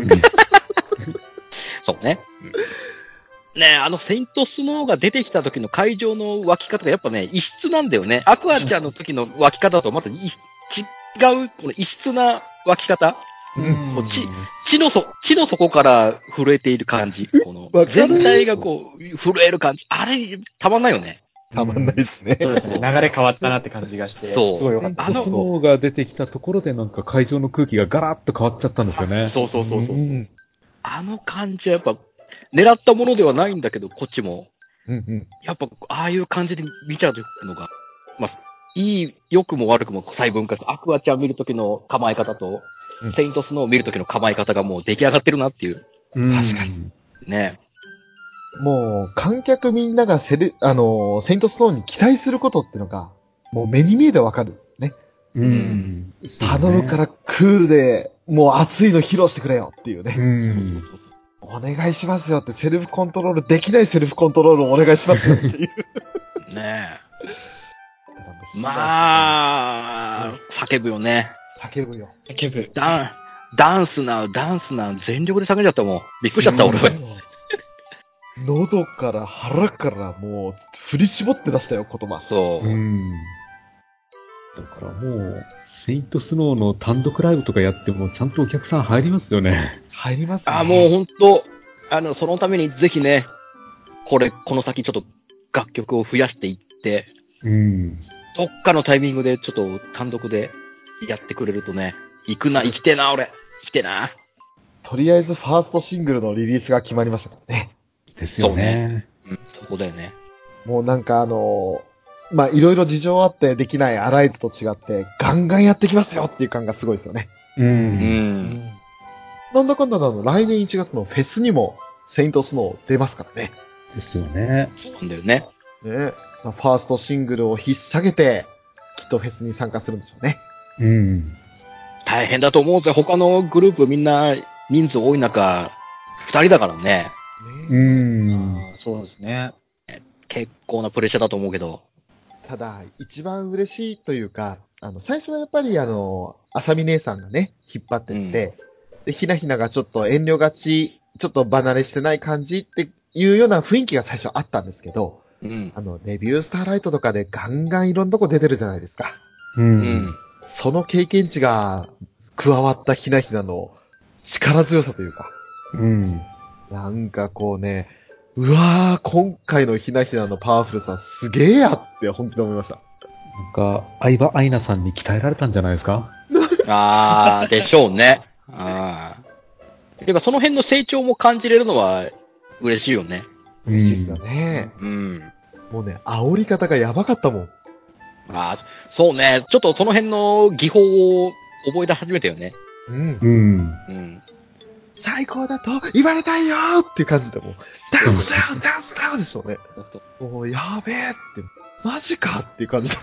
そうね。ねえ、セイントスノーが出てきた時の会場の湧き方がやっぱね、異質なんだよね。アクアちゃんの時の湧き方とまた違う、この異質な湧き方。こう地の底から震えている感じ。このわかる全体がこう、震える感じ。あれ、たまんないよね。 たまんないですね。 そうですね。流れ変わったなって感じがして、 そうすごい良かったです。 スノーが出てきたところでなんか会場の空気がガラッと変わっちゃったんですよね。 そうそうそうそう。 ん。 あの感じはやっぱ、狙ったものではないんだけど、こっちも。 うんうん。 やっぱ、ああいう感じで見ちゃうのが、まあ、良くも悪くも細分化する。アクアちゃん見るときの構え方と、 うんセイントスノーを見るときの構え方がもう出来上がってるなっていう。 確かに。 ね。 もう、観客みんながセイントスノーに期待することってのが、もう目に見えてわかる。ね。 うん。 頼むからクールで、もう熱いの披露してくれよっていううね。 ん。 お願いしますよって、セルフコントロールできないセルフコントロールをお願いしますよっていう。 ねままあ、叫ぶよね。 叫ぶよ。 叫ぶ。 ダンスな、全力で叫んじゃったもん。びっくりしちゃった、俺。 喉から腹からもう振り絞って出したよ、言葉。 そう。 だからもう、セイントスノーの単独ライブとかやってもちゃんとお客さん入りますよね。 入りますね。 もうほんと、そのためにぜひね、この先ちょっと楽曲を増やしていって、どっかのタイミングでちょっと単独でやってくれるとね、生きてえな、俺。生きてえな。 とりあえずファーストシングルのリリースが決まりましたからね。 ですよね。 そこだよね。 もうなんかまあ、いろいろ事情あってできないアライズと違って、ガンガンやってきますよっていう感がすごいですよね。なんだかんだ来年1月のフェスにも、セイントスノー出ますからね。 ですよね。 そうなんだよね。 ね。ファーストシングルを引っ提げて、きっとフェスに参加するんでしょうね。 大変だと思うぜ。他のグループみんな人数多い中、2人だからね。 そうですね。 結構なプレッシャーだと思うけど。 ただ、一番嬉しいというか、最初はやっぱりあさみ姉さんがね、引っ張ってって、で、ひなひながちょっと遠慮がち、ちょっと離れしてない感じっていうような雰囲気が最初あったんですけど、デビュースターライトとかでガンガンいろんなとこ出てるじゃないですか。その経験値が加わったひなひなの力強さというか、なんかこうね、うわー、今回のひなひなのパワフルさすげえやって本気で思いました。 なんか、相葉愛菜さんに鍛えられたんじゃないですか？ でしょうね。やっぱその辺の成長も感じれるのは嬉しいよね。 嬉しいですよね。もうね、煽り方がやばかったもん。 そうね。ちょっとその辺の技法を覚えて始めたよね。最高だと言われたいよーっていう感じでもう、ダンスダウン、ダンスダウンでしょうね。もうやべえって、マジかっていう感じだった。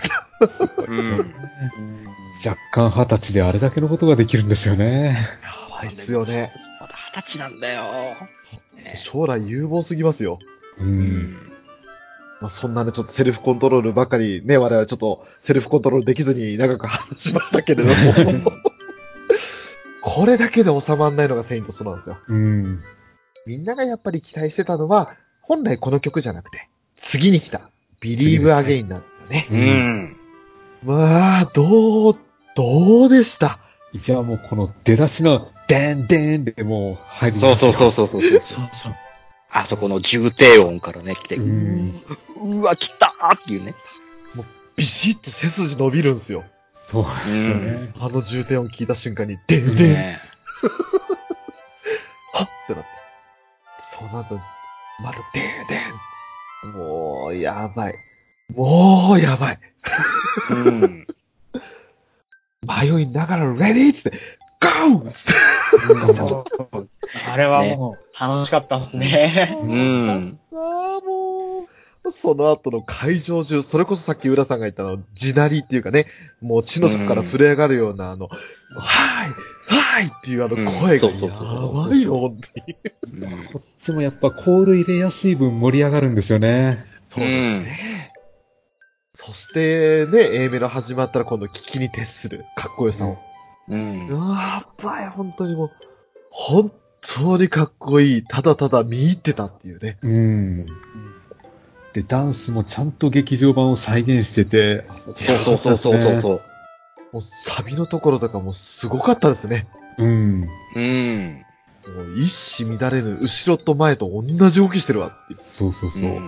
若干20歳であれだけのことができるんですよね。 やばいっすよね。 まだ20歳なんだよ。 将来有望すぎますよ。まあそんなね、ちょっとセルフコントロールばかりね、我々ちょっとセルフコントロールできずに長く話しましたけれども。これだけで収まんないのがセイントスノーなんですよ。みんながやっぱり期待してたのは、本来この曲じゃなくて、次に来た、Believe Again なんですよね。まあ、どうでした？ いや、もうこの出だしの、でんでんでもう入りますよ。 そう。あそこの重低音からね、来て、うわ、来たーっていうね。 もう、ビシッと背筋伸びるんですよ。 そうですね。 あの重低音聞いた瞬間に、でんでんはっってなって。その後、また、でんでんもう、やばい。もう、やばい。迷いながら、レディーって、ゴーってあれはもう、楽しかったですね。 もう、その後の会場中、それこそさっき浦さんが言った地鳴りっていうかね、もう地の底から震え上がるようなはいっていう声がやばいよ、本当に。 こっちもやっぱコール入れやすい分盛り上がるんですよね。 そうですね。そしてね、A メロ始まったら今度危機に徹するかっこよさを。やばい、本当にもう、本当にかっこいい。ただただ見入ってたっていうね。 で、ダンスもちゃんと劇場版を再現してて、 そう。 もうサビのところとかもすごかったですね。もう一糸乱れぬ後ろと前と同じ動きしてるわっていう。 そう。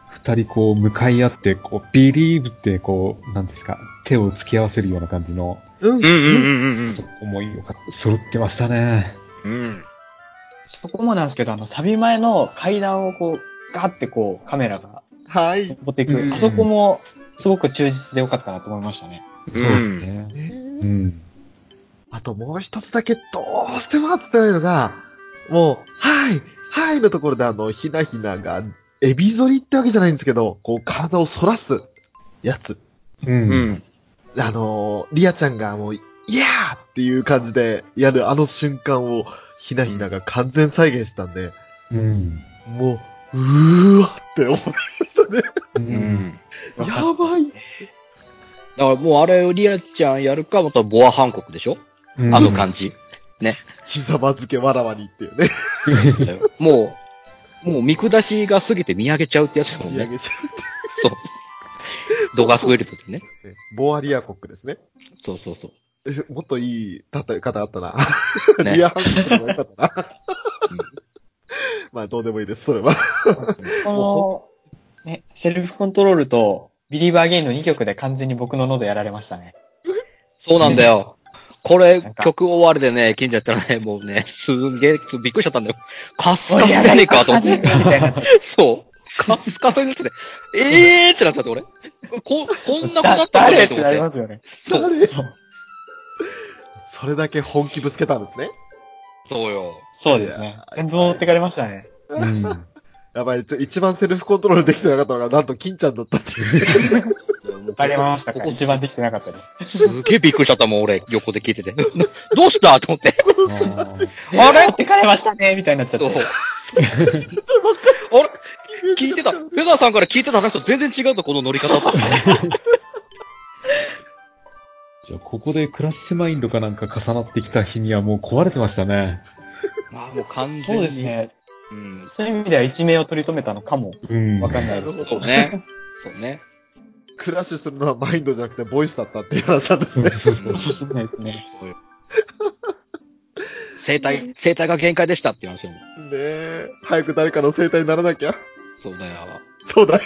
二人こう向かい合って、こう、ビリーブってこう、なんですか、手を突き合わせるような感じのうん。 うんうんうん思いが揃ってましたね。 うん。うん。 そこもなんですけど、サビ前の階段をこう、ガーってこう、カメラがはい。 持っていく。 うんあそこも、すごく忠実でよかったなと思いましたね。 そうですね。 ねうん。 あともう一つだけどうしても外せないのが、もう、はいのところでひなひなが、エビ反りってわけじゃないんですけど、こう体を反らすやつ。 う。 うんん。 リアちゃんがもう、イヤーっていう感じでやるあの瞬間を、ひなひなが完全再現したんで、 うん。 もう、うーわって思いましたね。 う。 うんん。 やばい。 だからもうあれ、リアちゃんやるか、またボアハンコクでしょ、 うんあの感じ。 ひざまずけわらわにっていうね。 もう見下しが過ぎて見上げちゃうってやつだもんね。 見上げちゃそう。度が増えるときね。 うね。ボアリアコックですね。 そうそうそう。 もっといい例え方あったな。 ねリアハンコックの方がよかったな。 うんまあ、どうでもいいです、それは。 この、ね、セルフコントロールと、ビリーバーゲインの2曲で完全に僕の喉やられましたね。 そうなんだよ。これなん、か曲終わりでね、近所やったらね、もうね、すんげえ、びっくりしちゃったんだよ。カスカスじ盛り上がりゃねえかと思っみて。 たいな。 そう。カスカスですね。ってなっちゃって、俺。こんなことあったんだ誰ってねと思って。 なりますよね。 そう。 そう。 それだけ本気ぶつけたんですね。 そうよ。 そうですね。全部持ってかれましたね。 うん。 やばい、一番セルフコントロールできてなかったのが、なんと金ちゃんだったっていう。 バレましたかここ一番できてなかったです。 すげえびっくりしちゃったもん、俺、横で聞いてて。どうしたと思って。 あれ持ってかれましたねみたいになっちゃっそう。 て。 あれ聞いてた。フェザーさんから聞いてた話と全然違うと、この乗り方と。 じゃあ、ここでクラッシュマインドかなんか重なってきた日にはもう壊れてましたね。 ああ、もう完全に。 そうです。ね。 うん。 そういう意味では一命を取り留めたのかもうん。 わかんないですけど。 そうね。そうね。 クラッシュするのはマインドじゃなくてボイスだったっていう話なんですね。 そうそうかもしれないですね。 そうよ。生体が限界でしたっていう話を。 ねえ。早く誰かの生態にならなきゃ。 そうだよ。 そうだよ。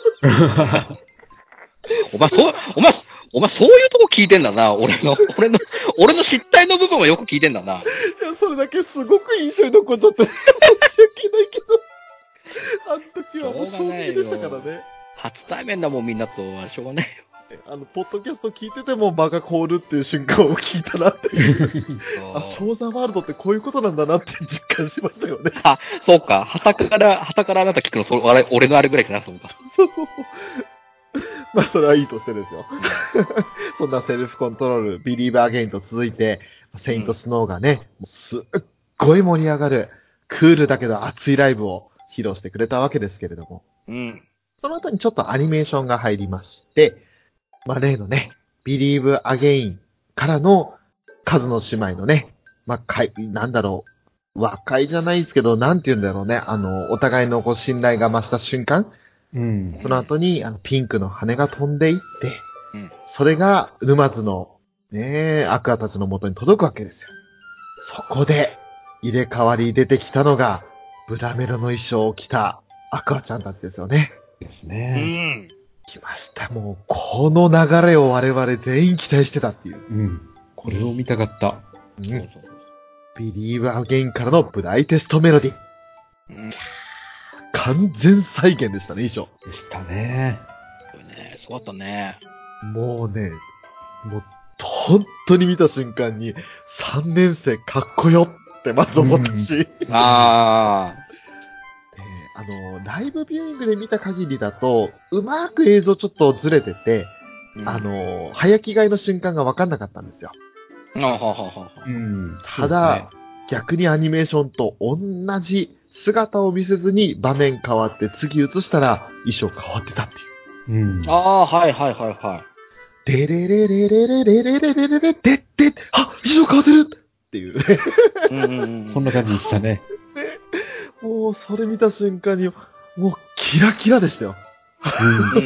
お前そういうとこ聞いてんだな。俺の失態の部分をよく聞いてんだな。 いや、それだけすごく印象に残っちゃって、申し訳ないけど。あの時はもう衝撃でしたからね。 初対面だもん、みんなとはしょうがないよ。 ポッドキャスト聞いてても場が凍るっていう瞬間を聞いたなっていう。あ、ショーザワールドってこういうことなんだなって実感しましたよね。 そうか。旗からあなた聞くの、俺のあれぐらいかなと思った。 そうそうそう。まあ、それはいいとしてですよ。そんなセルフコントロール、ビリーバーゲインと続いて、セイントスノーがね、もうすっごい盛り上がる、クールだけど熱いライブを披露してくれたわけですけれども、 うん。 その後にちょっとアニメーションが入りまして、まあ、例のね、Believe Again からの数の姉妹のね、まあ、なんだろう、和解じゃないですけど、なんて言うんだろうね、お互いのこう信頼が増した瞬間、 うん。 その後に、ピンクの羽が飛んでいって、 うんそれが沼津の、ね、アクアたちの元に届くわけですよ。そこで、入れ替わり出てきたのが、ブラメロの衣装を着たアクアちゃんたちですよね。 ですうね。 ん。 来ました。もう、この流れを我々全員期待してたっていう。 うん。これを見たかった。 うん。 そうそうビリーバーゲインからのブライテストメロディ。 そう。うん。 完全再現でしたね、衣装。 でしたね。 これね、すごかったね。 もうね、もう、本当に見た瞬間に、3年生かっこよってまず思ったし、 あライブビューイングで見た限りだと、うまく映像ちょっとずれてて、 あ。 早着替えの瞬間がわかんなかったんですよ。 は。 うん。 ただ、逆にアニメーションと同じ姿を見せずに場面変わって次映したら衣装変わってたっていう。 うん。 ああ、はいはいはいはい。 デレレレレレレレレレレレでって、あ、衣装変わってるっていうね。 うんうんうん。 そんな感じでしたね。 もうそれ見た瞬間に、もうキラキラでしたよ。 うん。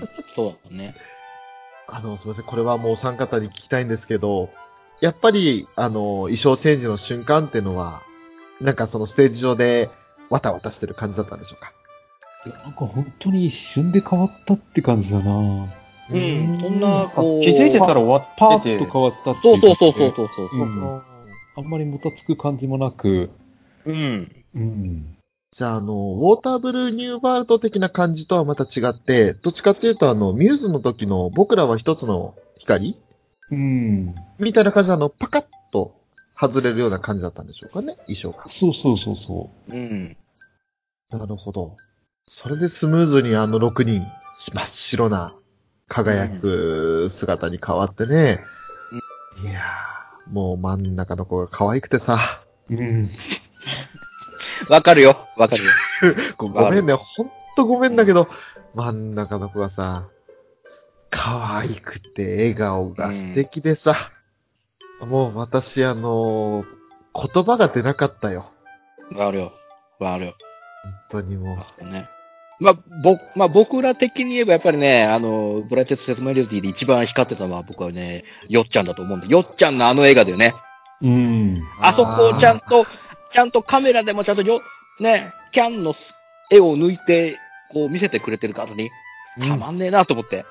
そうだね。 すみません。これはもうお三方に聞きたいんですけど、やっぱり、衣装チェンジの瞬間っていうのは、なんかそのステージ上でわたわたしてる感じだったんでしょうか？ なんか本当に一瞬で変わったって感じだな。 うん、そんな、こう、 気づいてたら終パーわってて。 ッと変わったってそいううそうそう感じで。 そうそうそう。 うんあんまりもたつく感じもなく、 うん。 うん。 じゃあ、ウォーターブルーニューワールド的な感じとはまた違って、どっちかっていうと、ミューズの時の僕らは一つの光うん。 みたいな感じで、パカッと外れるような感じだったんでしょうかね、衣装が。 そうそうそうそうん。 なるほど。それでスムーズに6人、真っ白な輝く姿に変わってね。いやー、もう真ん中の子が可愛くてさ。 う。うん。 わかるよ。わかるよ。 ごめんね、ほんとごめんだけど、真ん中の子がさ、可愛くて笑顔が素敵でさ。もう私言葉が出なかったよ。 わかるよ。わかるよ。 本当にもね。僕ら的に言えばやっぱりね、ブライテッド・セスメロディで一番光ってたのは僕はね、よっちゃんだと思うんで、よっちゃんのあの映画だよね。 うん。 あそこをちゃんとカメラでもちゃんとね、キャンの絵を抜いて、こう見せてくれてるからに、たまんねえなと思って。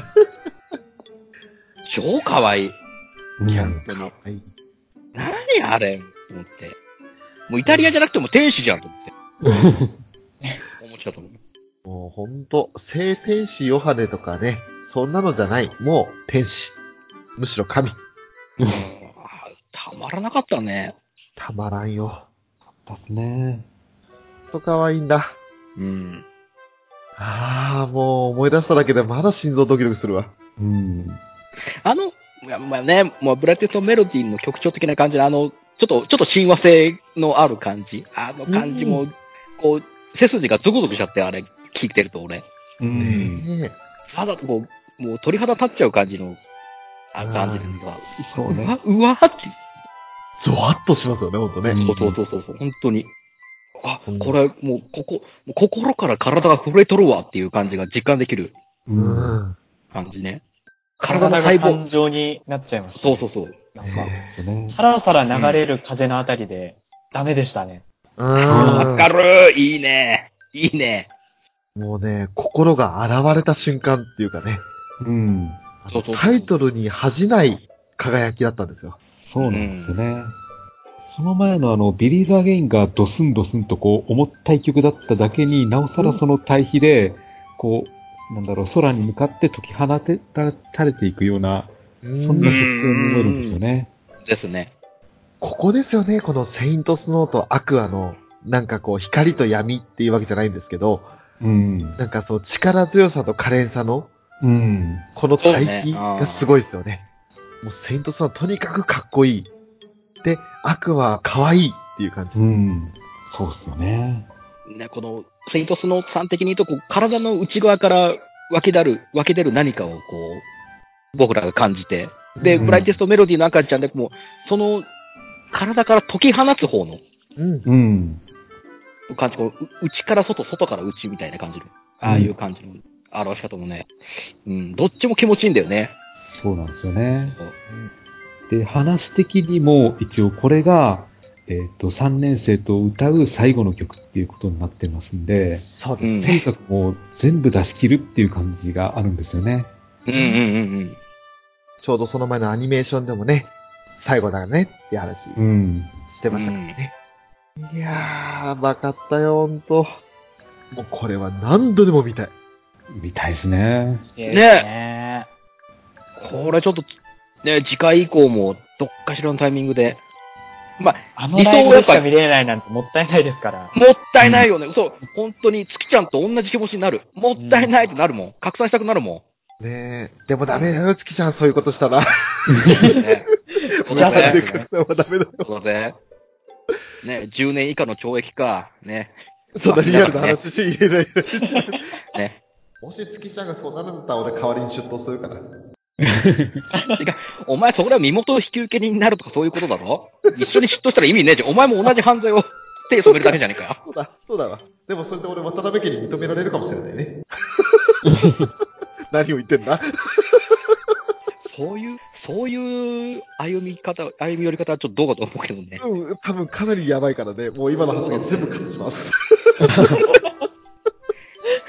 超可愛い。 うん本当に。 はい。 何あれと思って。もうイタリアじゃなくても天使じゃんと思って。思っちゃったもん。 もうほんと、聖天使ヨハネとかね、そんなのじゃない。もう天使。むしろ神。 たまらなかったね。 たまらんよ。 だね。 ほんと可愛いんだ。 うん。 ああ、もう思い出しただけでまだ心臓ドキドキするわ。 うん。 まあね、もうブラティス・メロディの曲調的な感じで、ちょっと親和性のある感じ。あの感じも、こう、背筋がゾクゾクしちゃって、あれ、聞いてると俺。 うん。 ねえ。 肌、もう鳥肌立っちゃう感じの、感じでさ。 そうね。 うわーって。 ゾワッとしますよね、ほんとね。 そう、本当に。あ、これ、もう心から体が震えとるわっていう感じが実感できるう。 うんん。 感じね。 体が感情になっちゃいました、 そう。 なんか、 ね。 さらさら流れる風のあたりで、ダメでしたね。 わかるいいねいいねもうね、心が現れた瞬間っていうかね、 うん。 そうタイトルに恥じない輝きだったんですよ。 そうなんですよね。その前のビリーズ・アゲインがドスンドスンとこう、重たい曲だっただけになおさらその対比で、こう、なんだろう、空に向かって解き放たれていくような、そんな曲調に思えるんですよね。 ですね。 ここですよね、このセイントスノーとアクアの、なんかこう、光と闇っていうわけじゃないんですけど、 うん。 なんかその力強さと可憐さの、 うん。 この対比がすごいですよね。もうセイントスノーとにかくかっこいい。で、アクアは可愛いっていう感じ。 うん。そうっすよね。 ね、この、セイントスノーさん的に言うと、こう、体の内側から湧き出る何かをこう、僕らが感じて、で、 うんブライテストメロディーの赤ちゃんでもう、その、体から解き放つ方のうん。 うん。 感じ、こう内から外、外から内みたいな感じの、ああいう感じの表し方もね、どっちも気持ちいいんだよね。 そうなんですよね。で、話的にも一応これが、3年生と歌う最後の曲っていうことになってますんで、 そうですねとにかくもう全部出し切るっていう感じがあるんですよね。 ちょうどその前のアニメーションでもね、最後だねって話うん。 してましたからね。いやー、わかったよ、ほんと。もうこれは何度でも見たい。 みたいですね。 ねこれちょっと、ね、次回以降も、どっかしらのタイミングで、まあ、 あのライブでしか見れないなんてもったいないですから。 もったいないよね。そう、本当に月ちゃんと同じ気持ちになる。もったいないってなるもん。拡散したくなるもねえ。でもダメだよ、月ちゃん、そういうことしたら。 ん。ね。 じゃあでそうだね。 拡散はダメだよ。 そうだね。ね、10年以下の懲役か。ね。 そんなリアルな話し言えない。 ね。 もし月ちゃんがそんなのだったら俺代わりに出頭するから。 お前そこでは身元引き受け人になるとかそういうことだろ一緒に出頭したら意味ねえじゃん。お前も同じ犯罪を手染めるだけじゃねえかよ。 そうだわ。でもそれで俺渡辺家に認められるかもしれないね。何を言ってんだ。 そういう歩み寄り方はちょっとどうかと思うけどね。 うん、多分かなりやばいからね。もう今の発言全部カットします。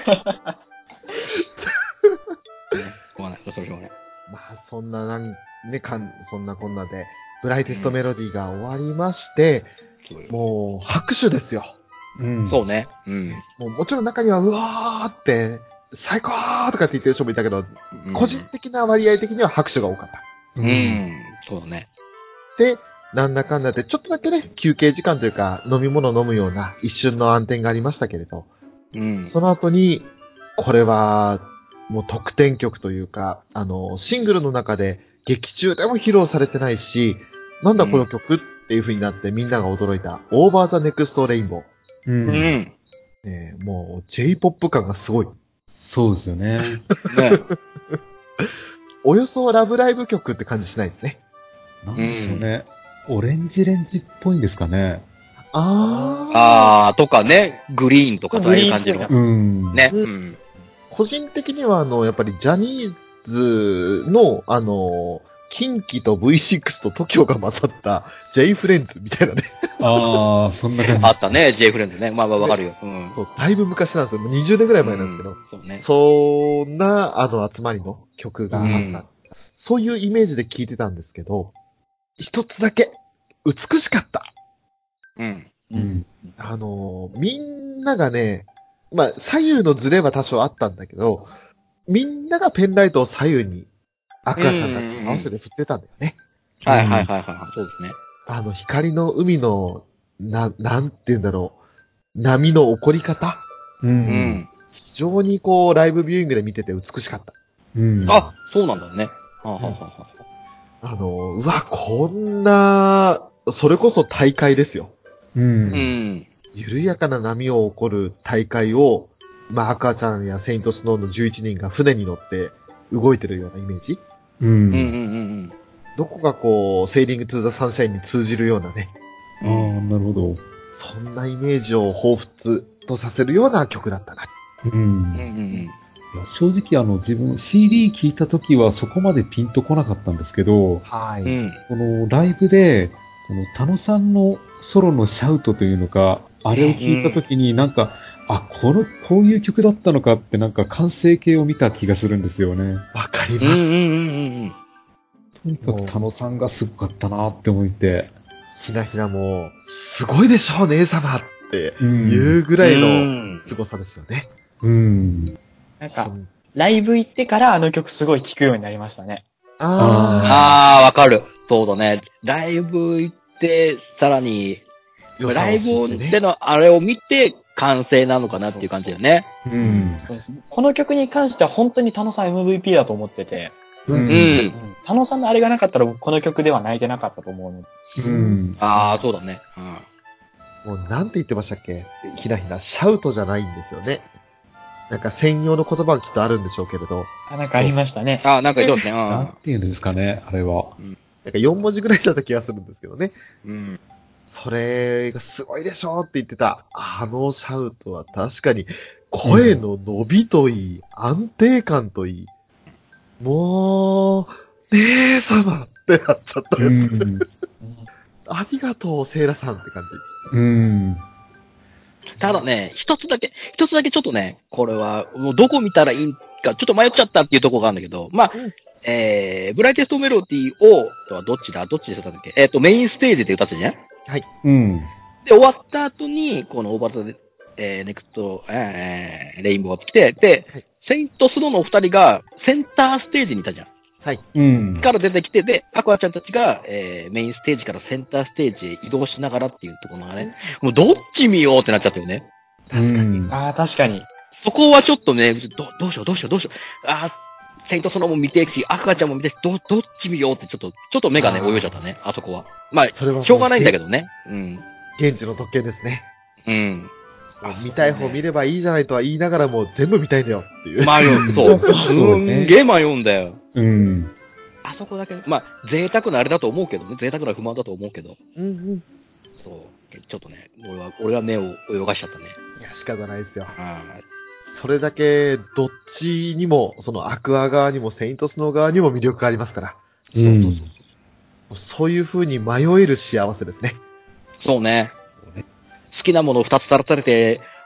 ごめんなさい、それしょうがない。 まあ、そんなそんなこんなで、ブライテストメロディーが終わりまして、もう、拍手ですよ。 うん。 そうね。うん。 もう、もちろん中には、うわーって、最高とかって言ってる人もいたけど、個人的な割合的には拍手が多かった。 うん。うん。そうだね。 で、なんだかんだで、ちょっとだけね、休憩時間というか、飲み物飲むような一瞬の暗転がありましたけれど、 うん。 その後に、これは、もう特典曲というか、シングルの中で劇中でも披露されてないし、なんだこの曲っていう風になってみんなが驚いた、オーバーザネクストレインボー。 う。 うんん。 もう J-POP 感がすごい。 そうですよね。 ね。 およそラブライブ曲って感じしないですね。 なんでしょうね。オレンジレンジっぽいんですかね。 あー、とかね、グリーンとかそういう感じの。 うん。 ね。 ううん。 個人的にはやっぱりジャニーズの、キンキと V6 と TOKIO が混ざった J フレンズみたいなね。 ああ、そんな感じ。 あった。ね、J フレンズね。まあまあわかるよ。うん。 そうだいぶ昔なんですよ。もう20年ぐらい前なんですけど。 そうね。 そんな、集まりの曲があった。 うんそういうイメージで聴いてたんですけど、一つだけ、美しかった。 うん。 うん。 みんながね、まあ、左右のズレは多少あったんだけど、みんながペンライトを左右に、アクアさんたちと合わせて振ってたんだよね。 はいはいはいはい。そうですね。 光の海の、なんて言うんだろう。波の起こり方う。 うんん。 非常にライブビューイングで見てて美しかった。 うん。 あ、そうなんだね。はあはあはあうわ、こんな、それこそ大会ですよ。 う。 うんん。 緩やかな波を起こる大会を、まあ、アクアちゃんやセイントスノーの11人が船に乗って動いてるようなイメージ。 う。 うんうんんどこかセーリングトゥーザサンシャインに通じるようなね。 ああ、なるほど。 そんなイメージを彷彿とさせるような曲だったな。 うん。 うん。うんいや正直自分 CD 聞いた時はそこまでピンとこなかったんですけど、 はい。 うん。うん。 このライブで、この田野さんのソロのシャウトというのか、あれを聞いた時になんか、こういう曲だったのかってなんか完成形を見た気がするんですよね。 わかりうんうんます。 うんとにかく田野さんがすごかったなって思って。 ひなひなも、すごいでしょう、姉様ってうんいうぐうん。 らいのうん凄さですよね。 うん。 なんか、ライブ行ってからあの曲すごい聴くようになりましたね。 ああ、わかる。そうだね。ライブ行って、さらに、ライブでのあれを見て、完成なのかなっていう感じだよね。 うん。 そうです。この曲に関しては本当に田野さん MVP だと思ってて、 う。 うんん。 田野さんのあれがなかったら僕この曲では泣いてなかったと思うので。 うん。 ああ、そうだね。うん。 もうなんて言ってましたっけひなひな、シャウトじゃないんですよね。なんか専用の言葉がきっとあるんでしょうけれど、 あ、なんかありましたね。 ああ、なんか言ってますね。 なんていうんですかね、あれは。 なんか4文字ぐらいだった気がするんですけどね。 うん。 それがすごいでしょって言ってた、あのシャウトは確かに、声の伸びといい、安定感といい、もう、姉様ってなっちゃったやつ。 うん。 ありがとう、セイラさんって感じ。 うん。 ただね、一つだけちょっとね、これは、もうどこ見たらいいか、ちょっと迷っちゃったっていうところがあるんだけど、まあ、 うんブライテストメロディを、どっちで歌ったんだっけメインステージで歌ったじゃんうん。 で、終わった後に、このオーバーザで、ネクスト、レインボーが来て、で、 はいセイントスノーのお二人がセンターステージにいたじゃん。 はい。 うん。 から出てきて、で、アクアちゃんたちが、メインステージからセンターステージへ移動しながらっていうところがね、もうどっち見ようってなっちゃったよね。 確かに。 うんああ、確かに。 そこはちょっとね、どうしよう。セイントスノーも見ていくし、アクアちゃんも見ていくし、どっち見ようってちょっと目がね、 あー泳いじゃったね、あそこは。まあ、 それはもしょうがないんだけどね。うん。 現地の特権ですね。 うん。 もう見たい方見ればいいじゃないとは言いながらも全部見たいんだよっていう。 迷う。そう。すんげえ迷うんだよ。 うん。 あそこだけ、まあ、贅沢なあれだと思うけどね。贅沢な不満だと思うけど。 うんうん。 そう。ちょっとね、俺は目を泳がしちゃったね。 いや、仕方ないですよ。 あそれだけ、どっちにも、そのアクア側にもセイントスノー側にも魅力がありますから。 うん。 そういう風に迷える幸せですね。 そうね。好きなものを二つさらされて、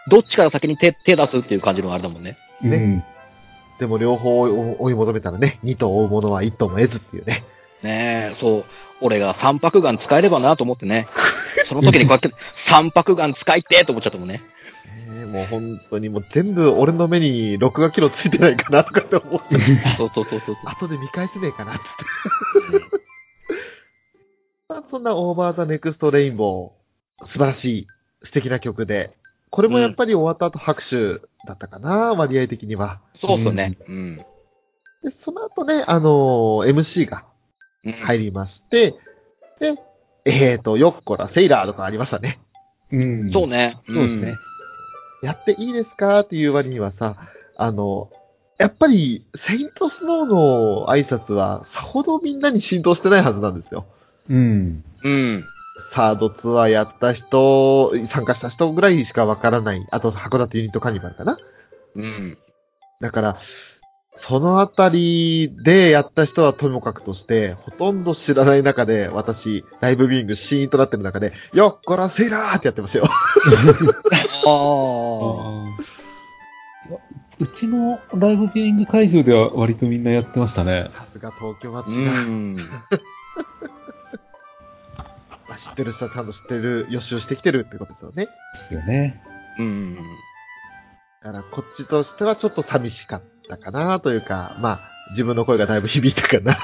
どっちから先に手出すっていう感じのあれだもんね。 ねうん。 でも両方追い求めたらね、2頭追うものは1頭も得ずっていうね。 ねえ、そう。俺が三白眼使えればなと思ってね。その時にこうやって三白眼使いてーと思っちゃったもんね。 もう本当にもう全部俺の目に録画機能ついてないかなとかって思って、 そうそうそうそう。 後で見返せねえかなっつって。まあそんなオーバーザネクストレインボー、素晴らしい、素敵な曲で、これもやっぱり終わった後拍手だったかな、割合的には。 そうっすよね。うん。 で、その後ね、MC がうん。 入りまして、で、よっこらセイラーとかありましたね。 うん。 そうね。 そうですね。 やっていいですかっていう割にはさ、やっぱり、セイントスノーの挨拶は、さほどみんなに浸透してないはずなんですよ。 うん。 うん。 サードツアーやった人、参加した人ぐらいしかわからない。あと、函館ユニットカニバルかな。 うん。 だから、そのあたりでやった人はともかくとして、ほとんど知らない中で、私、ライブビューイングシーンとなってる中で、よっこらセイラーってやってますよ。 ああ。 うちのライブビューイング会場では割とみんなやってましたね。 さすが東京はう違う。 ん。 まあ知ってる人はちゃんと知ってる、予習してきてるってことですよね。 ですよね。 うん。 だから、こっちとしてはちょっと寂しかったかなというか、まあ、自分の声がだいぶ響いたかな。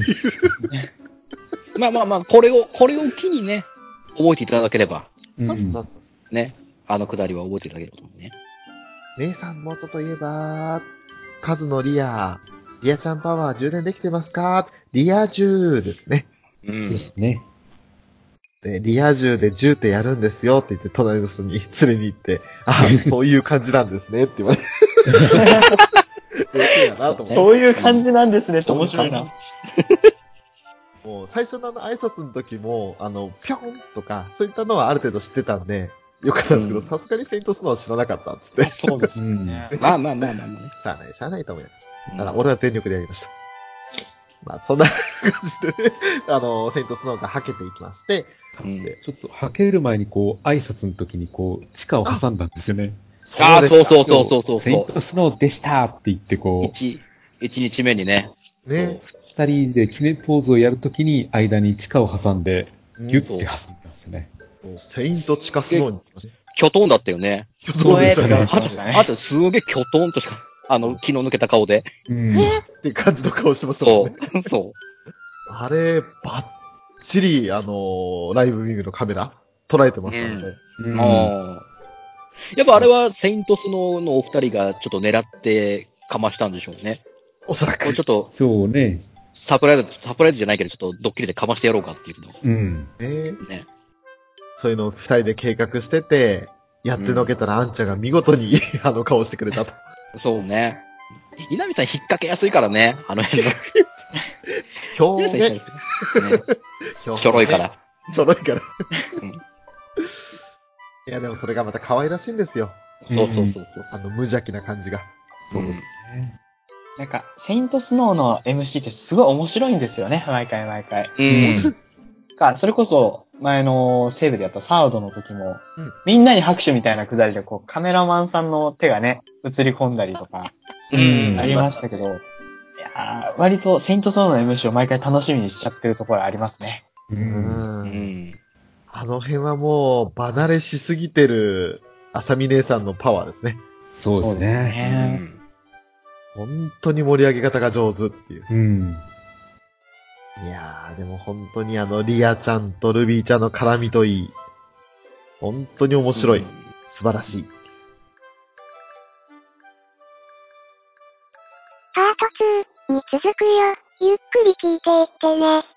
まあまあまあ、これを機にね、覚えていただければ、 うん。 そうね、あのくだりは覚えていただければと思うね。 姉さん元といえば、カズのリアちゃんパワー充電できてますかリア充ですね。 うんで。すね。 で、リア充で10ってやるんですよって言って、隣の人に連れに行って、あ、そういう感じなんですねって言われて。冷静やなと思って。 そういう感じなんですねって面白いな。 もう最初の挨拶の時も、ぴょんとか、そういったのはある程度知ってたんで、よかったんですけど、 うんさすがにセイントスノーは知らなかったっつって。 そうですね。 まあまあまあまあまあね。 しゃあない、しゃあないと思うよ。 うんただ、俺は全力でやりました。まあ、そんな感じでね、セイントスノーがはけていきまして、 うんでちょっと、はける前にこう、挨拶の時にこう、地下を挟んだんですよね。 ああ、 でしたそうそうそうそうセインそトスノーでしたって言ってこう、 一日目にね。 ね。 二人で決めポーズをやるときに間に地下を挟んで、ギュッて挟んだんですね。 セイントチカスノーに行きましキョトンだったよね。 そうでしたね。 声とかましたねあとすげえキョトンとした、気の抜けた顔で。 うん。 っていう感じの顔してましたもんそね。 う。そあれ、バッチリ、ライブビューイングのカメラ、捉えてましたので。 う。 うん。 ああ。やっぱあれはセイントスノーのお二人がちょっと狙ってかましたんでしょうね。 おそらくこれちょ。っとそうね。 サプライズじゃないけど、ちょっとドッキリでかましてやろうかっていうの。 うん。 ね、 ね。 そういうのを二人で計画してて、やってのけたらあんちゃんが見事に顔してくれたと。 そうね。稲見さん引っ掛けやすいからね、あの辺の。 表現。 ね。ちょろいか。ら。 ちょろいから。 うんいや、でもそれがまた可愛らしいんですよ。 そうそうそうそう。 無邪気な感じが。 うんなんか、セイントスノーの MC ってすごい面白いんですよね、毎回毎回。 うん。 それこそ、前の西武でやったサードの時も、 うんみんなに拍手みたいなくだりで、こう、カメラマンさんの手がね、映り込んだりとか、 うん。 ありましたけど、いやー、割とセイントスノーの MC を毎回楽しみにしちゃってるところありますね。 う。 うんん。 あの辺はもう、離れしすぎてる、あさみ姉さんのパワーですね。 そうですそうですね。 ね。 本当に盛り上げ方が上手っていう。 うん。 いやー、でも本当にリアちゃんとルビーちゃんの絡みといい。本当に面白い。 うん素晴らしい。 パート2に続くよ。ゆっくり聞いていってね。